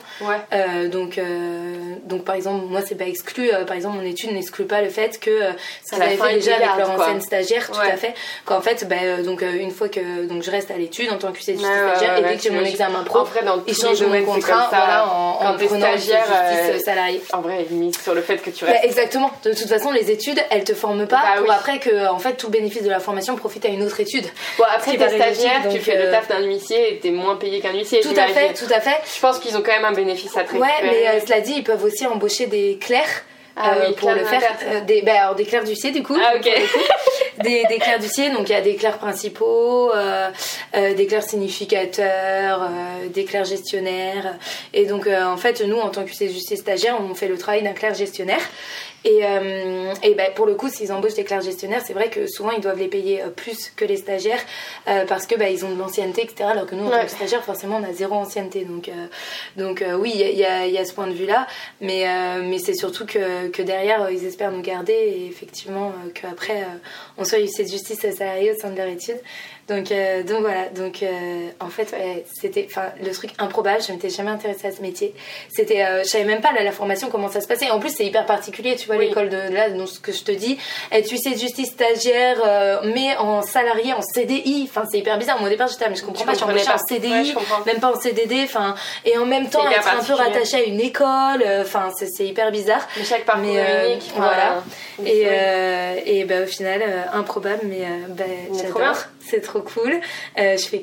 Donc par exemple, moi c'est pas exclu. Par exemple, mon étude n'exclut pas le fait que ce qu'ils avaient fait déjà avec leur ancienne stagiaire, tout à fait. Qu'en fait, une fois que je reste à l'étude en tant qu'huissier de justice stagiaire, et dès que j'ai mon examen pro, ils changent mon contrat en prenant stagiaire justice salarié. En vrai, ils misent sur le fait que tu restes. Exactement. De toute façon, les études, elles te forment pas pour après que en fait tout le bénéfice de la formation profite à une autre étude. Bon, après t'es stagiaire, tu fais le taf d'un huissier et t'es moins payé qu'un huissier. Tout à fait. Je pense qu'ils ont quand même un bénéfice à traiter. Ouais, mais cela dit, ils peuvent aussi embaucher des clercs. Pour le faire, des clercs d'huissier du coup. Des clercs d'huissier, donc il y a des clercs principaux, des clercs significateurs, des clercs gestionnaires. Et donc en fait, nous en tant qu'huissier de justice stagiaire, on fait le travail d'un clerc gestionnaire. Et pour le coup, s'ils embauchent des clercs gestionnaires, c'est vrai que souvent ils doivent les payer plus que les stagiaires parce que ils ont de l'ancienneté, etc. Alors que nous, en tant que stagiaires, forcément, on a zéro ancienneté. Donc oui, il y a ce point de vue-là, mais c'est surtout que derrière, ils espèrent nous garder et effectivement qu'après, on soit huissier de justice salarié au sein de leur étude. Donc voilà, en fait c'était le truc improbable, je m'étais jamais intéressée à ce métier. C'était je savais même pas la formation comment ça se passait. En plus c'est hyper particulier, tu vois, l'école de là, donc ce que je te dis, être huissier de justice stagiaire mais en salarié, en CDI, c'est hyper bizarre. Moi au départ j'étais mais je comprends pas, je suis embauchée en CDI, même pas en CDD, et en même temps être un peu rattachée à une école, c'est hyper bizarre. Mais chaque parcours est unique. Voilà. Et au final improbable, mais j'adore. c'est trop cool. Je fais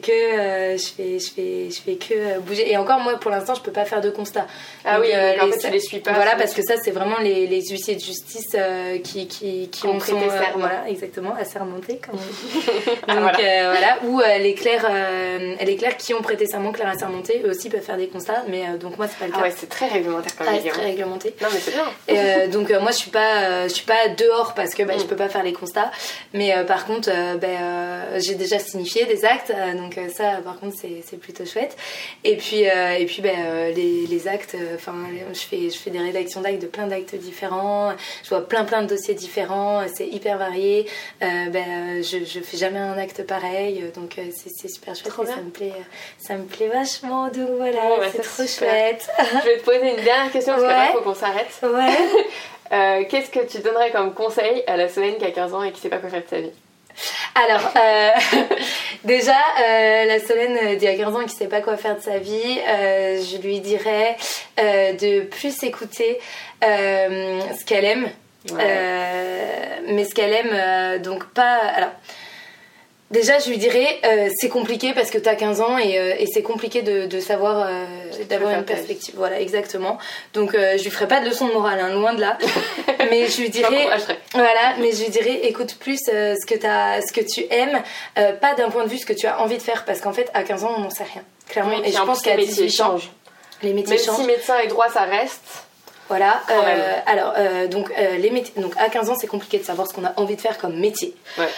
que bouger. Et encore, moi, pour l'instant, je peux pas faire de constat. Ah donc, oui, donc en fait, tu les suis pas. Voilà, parce que ça, c'est vraiment les huissiers de justice qui ont prêté serment. Voilà, exactement, assermentés, comme on dit. Donc voilà, ou les clercs qui ont prêté serment, clercs assermentés, eux aussi peuvent faire des constats, mais donc moi, c'est pas le cas. Ah ouais, c'est très réglementaire quand même. C'est très réglementé. Non, mais c'est bien. Donc moi, je suis pas dehors parce que je peux pas faire les constats, mais par contre, j'ai déjà signifié des actes, donc ça, par contre, c'est plutôt chouette. Et puis les actes, je fais des rédactions d'actes de plein d'actes différents, je vois plein de dossiers différents, c'est hyper varié. Je fais jamais un acte pareil, donc c'est super chouette. Ça me plaît vachement, donc voilà, c'est trop chouette. Je vais te poser une dernière question parce que là, il faut qu'on s'arrête. Ouais. Qu'est-ce que tu donnerais comme conseil à la Solène qui a 15 ans et qui sait pas quoi faire de sa vie? Alors, déjà, la Solène d'il y a 15 ans qui sait pas quoi faire de sa vie, je lui dirais de plus écouter ce qu'elle aime. Mais ce qu'elle aime, donc pas... Alors, déjà, je lui dirais, c'est compliqué parce que t'as 15 ans et c'est compliqué de savoir, d'avoir une perspective. Voilà, exactement. Donc, je lui ferai pas de leçon de morale, hein, loin de là. Mais je lui dirais, écoute plus ce que tu aimes, pas d'un point de vue ce que tu as envie de faire, parce qu'en fait, à 15 ans, on n'en sait rien. Clairement, oui, et je pense qu'à 18 ans, les métiers changent. Même si médecin et droit, ça reste. Voilà, les métiers, donc à 15 ans c'est compliqué de savoir ce qu'on a envie de faire comme métier.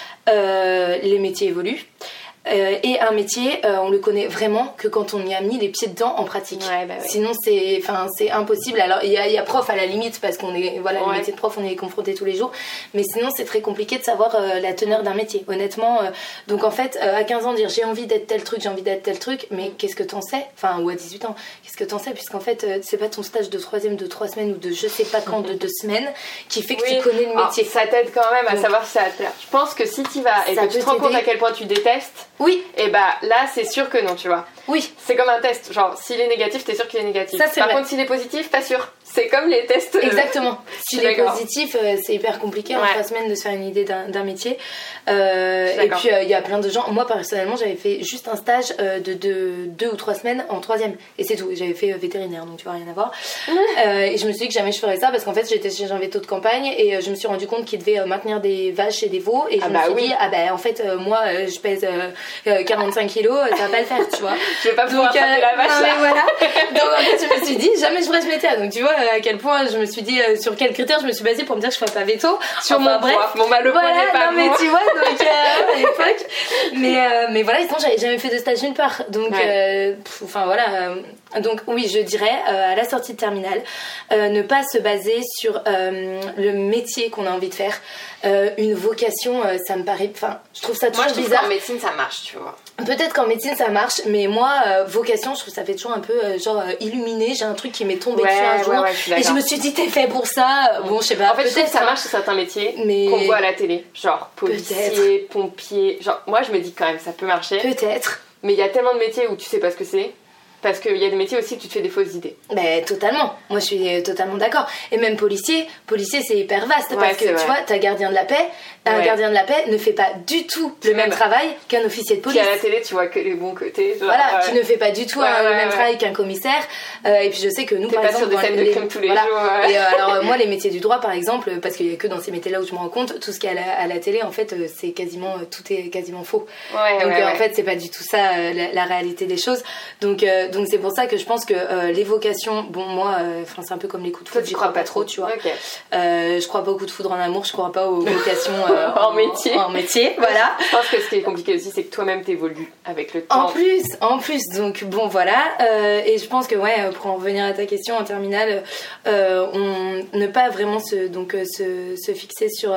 Les métiers évoluent. Et un métier, on le connaît vraiment que quand on y a mis les pieds dedans en pratique. Sinon c'est impossible. Alors il y a prof à la limite parce qu'on est le métier de prof, on y est confronté tous les jours. Mais sinon c'est très compliqué de savoir la teneur d'un métier. Honnêtement, donc en fait à 15 ans dire j'ai envie d'être tel truc, mais qu'est-ce que t'en sais? Enfin ou à 18 ans, qu'est-ce que t'en sais? Puisqu'en fait c'est pas ton stage de 3e de 3 semaines ou de je sais pas quand de 2 semaines qui fait que tu connais le métier. Ça t'aide quand même à savoir si ça va te plaire. Je pense que si t'y vas et que tu te rends compte à quel point tu détestes. Oui. Et là c'est sûr que non, tu vois. Oui. C'est comme un test, genre s'il est négatif, t'es sûr qu'il est négatif. Ça, c'est Par vrai. contre s'il est positif, pas sûr. C'est comme les tests. Exactement. S'il est positif, c'est hyper compliqué en 3 semaines de se faire une idée d'un métier. Et puis il y a plein de gens. Moi personnellement, j'avais fait juste un stage de 2 ou 3 semaines en 3e. Et c'est tout. J'avais fait vétérinaire, donc tu vois, rien à voir. Et je me suis dit que jamais je ferais ça parce qu'en fait, j'étais chez un veto de campagne et je me suis rendu compte qu'il devait maintenir des vaches et des veaux. Et je me suis dit, en fait, moi, je pèse 45 kilos, ça va pas le faire, tu vois. Je vais pas pouvoir attraper la vache. Non, mais voilà. Donc en fait, je me suis dit, jamais je ferais ce métier. Donc tu vois, à quel point je me suis dit sur quels critères je me suis basée pour me dire que je ferais pas veto sur mon bref mon mal au point n'est pas bon. Mais tu vois donc à l'époque mais voilà, sinon j'avais jamais fait de stage nulle part donc donc oui, je dirais à la sortie de terminale ne pas se baser sur le métier qu'on a envie de faire, une vocation, ça me paraît, je trouve ça toujours bizarre. Moi je trouve qu'en médecine ça marche, tu vois. Peut-être qu'en médecine ça marche, mais moi vocation, je trouve ça fait toujours un peu illuminé. J'ai un truc qui m'est tombé dessus un jour et je me suis dit t'es fait pour ça. Bon, je sais pas. En fait, je trouve que ça marche sur certains métiers qu'on voit à la télé, genre policier, pompier. Genre moi je me dis quand même ça peut marcher. Peut-être. Mais il y a tellement de métiers où tu sais pas ce que c'est. Parce qu'il y a des métiers aussi où tu te fais des fausses idées. Totalement. Moi, je suis totalement d'accord. Et même policier c'est hyper vaste. Parce que, tu vois, t'as gardien de la paix. Un gardien de la paix ne fait pas du tout le même travail qu'un officier de police. Qui à la télé, tu vois que les bons côtés. Genre, voilà, qui ne fait pas du tout le même travail qu'un commissaire. Et puis, je sais que nous, par exemple... T'es pas sur des scènes de crime tous les jours. Et alors, moi, les métiers du droit, par exemple, parce qu'il y a que dans ces métiers-là où je me rends compte, tout ce qui est à la télé, en fait, c'est quasiment... Tout est quasiment faux. Donc, en fait, c'est pas du tout ça, la réalité des choses. Donc c'est pour ça que je pense que les vocations, bon moi c'est un peu comme les coups de foudre, j'y crois pas trop, tu vois. Je crois pas aux coups de foudre en amour, je crois pas aux vocations en métier, voilà. Je pense que ce qui est compliqué aussi c'est que toi-même t'évolues avec le temps. En plus donc bon voilà, et je pense que pour en revenir à ta question en terminale, ne pas vraiment se fixer sur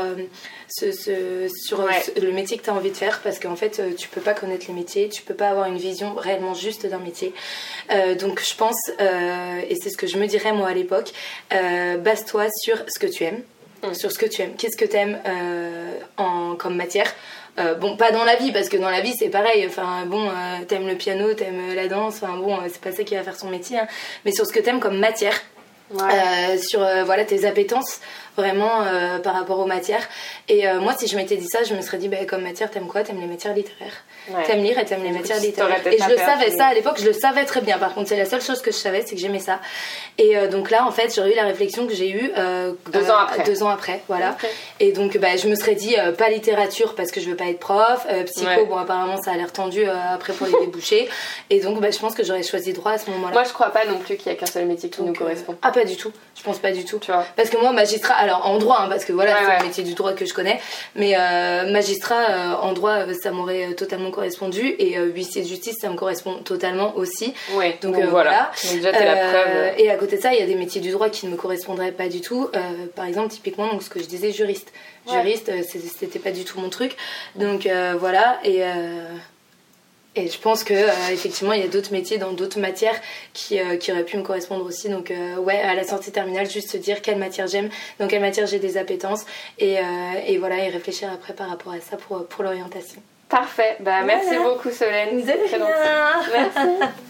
le métier que tu as envie de faire, parce qu'en fait tu peux pas connaître les métiers, tu peux pas avoir une vision réellement juste d'un métier. Donc je pense, et c'est ce que je me dirais moi à l'époque, base-toi sur ce que tu aimes, sur ce que tu aimes. Qu'est-ce que tu aimes comme matière? Bon, pas dans la vie, parce que dans la vie c'est pareil, t'aimes le piano, t'aimes la danse, c'est pas ça qui va faire son métier, hein. Mais sur ce que t'aimes comme matière. Sur tes appétences, vraiment par rapport aux matières. Et moi, si je m'étais dit ça, je me serais dit, comme matière, t'aimes quoi? T'aimes les matières littéraires. Ouais. T'aimes lire et t'aimes les matières littéraires. Et je le savais, ça à l'époque, je le savais très bien. Par contre, c'est la seule chose que je savais, c'est que j'aimais ça. Et donc là, en fait, j'aurais eu la réflexion que j'ai eue 2 ans après. Voilà. Okay. Et donc, je me serais dit, pas littérature parce que je veux pas être prof. Psycho, bon, apparemment, ça a l'air tendu après pour les déboucher. Et donc, je pense que j'aurais choisi droit à ce moment-là. Moi, je crois pas non plus qu'il y a qu'un seul métier qui nous correspond. Ah, pas du tout. Je pense pas du tout. Tu vois. Parce que moi, magistrat, alors en droit, parce que voilà, c'est le métier du droit que je connais. Mais magistrat, en droit, ça m'aurait totalement correspondu. Et huissier de justice, ça me correspond totalement aussi. Ouais. Donc voilà. Donc déjà, t'es la preuve. Et à côté de ça, il y a des métiers du droit qui ne me correspondraient pas du tout. Par exemple, typiquement, donc ce que je disais, juriste. Juriste, c'était pas du tout mon truc. Donc voilà. Et je pense que effectivement, il y a d'autres métiers dans d'autres matières qui auraient pu me correspondre aussi. Donc à la sortie terminale, juste se dire quelle matière j'aime, dans quelle matière j'ai des appétences, et voilà, et réfléchir après par rapport à ça pour l'orientation. Parfait. Merci beaucoup, Solène. Très bien. Merci.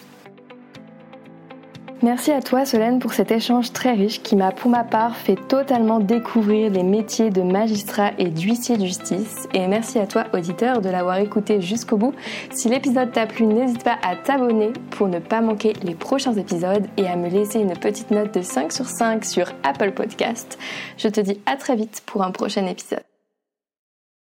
Merci à toi Solène pour cet échange très riche qui m'a pour ma part fait totalement découvrir les métiers de magistrat et d'huissier de justice. Et merci à toi auditeur de l'avoir écouté jusqu'au bout. Si l'épisode t'a plu, n'hésite pas à t'abonner pour ne pas manquer les prochains épisodes et à me laisser une petite note de 5/5 sur Apple Podcast. Je te dis à très vite pour un prochain épisode.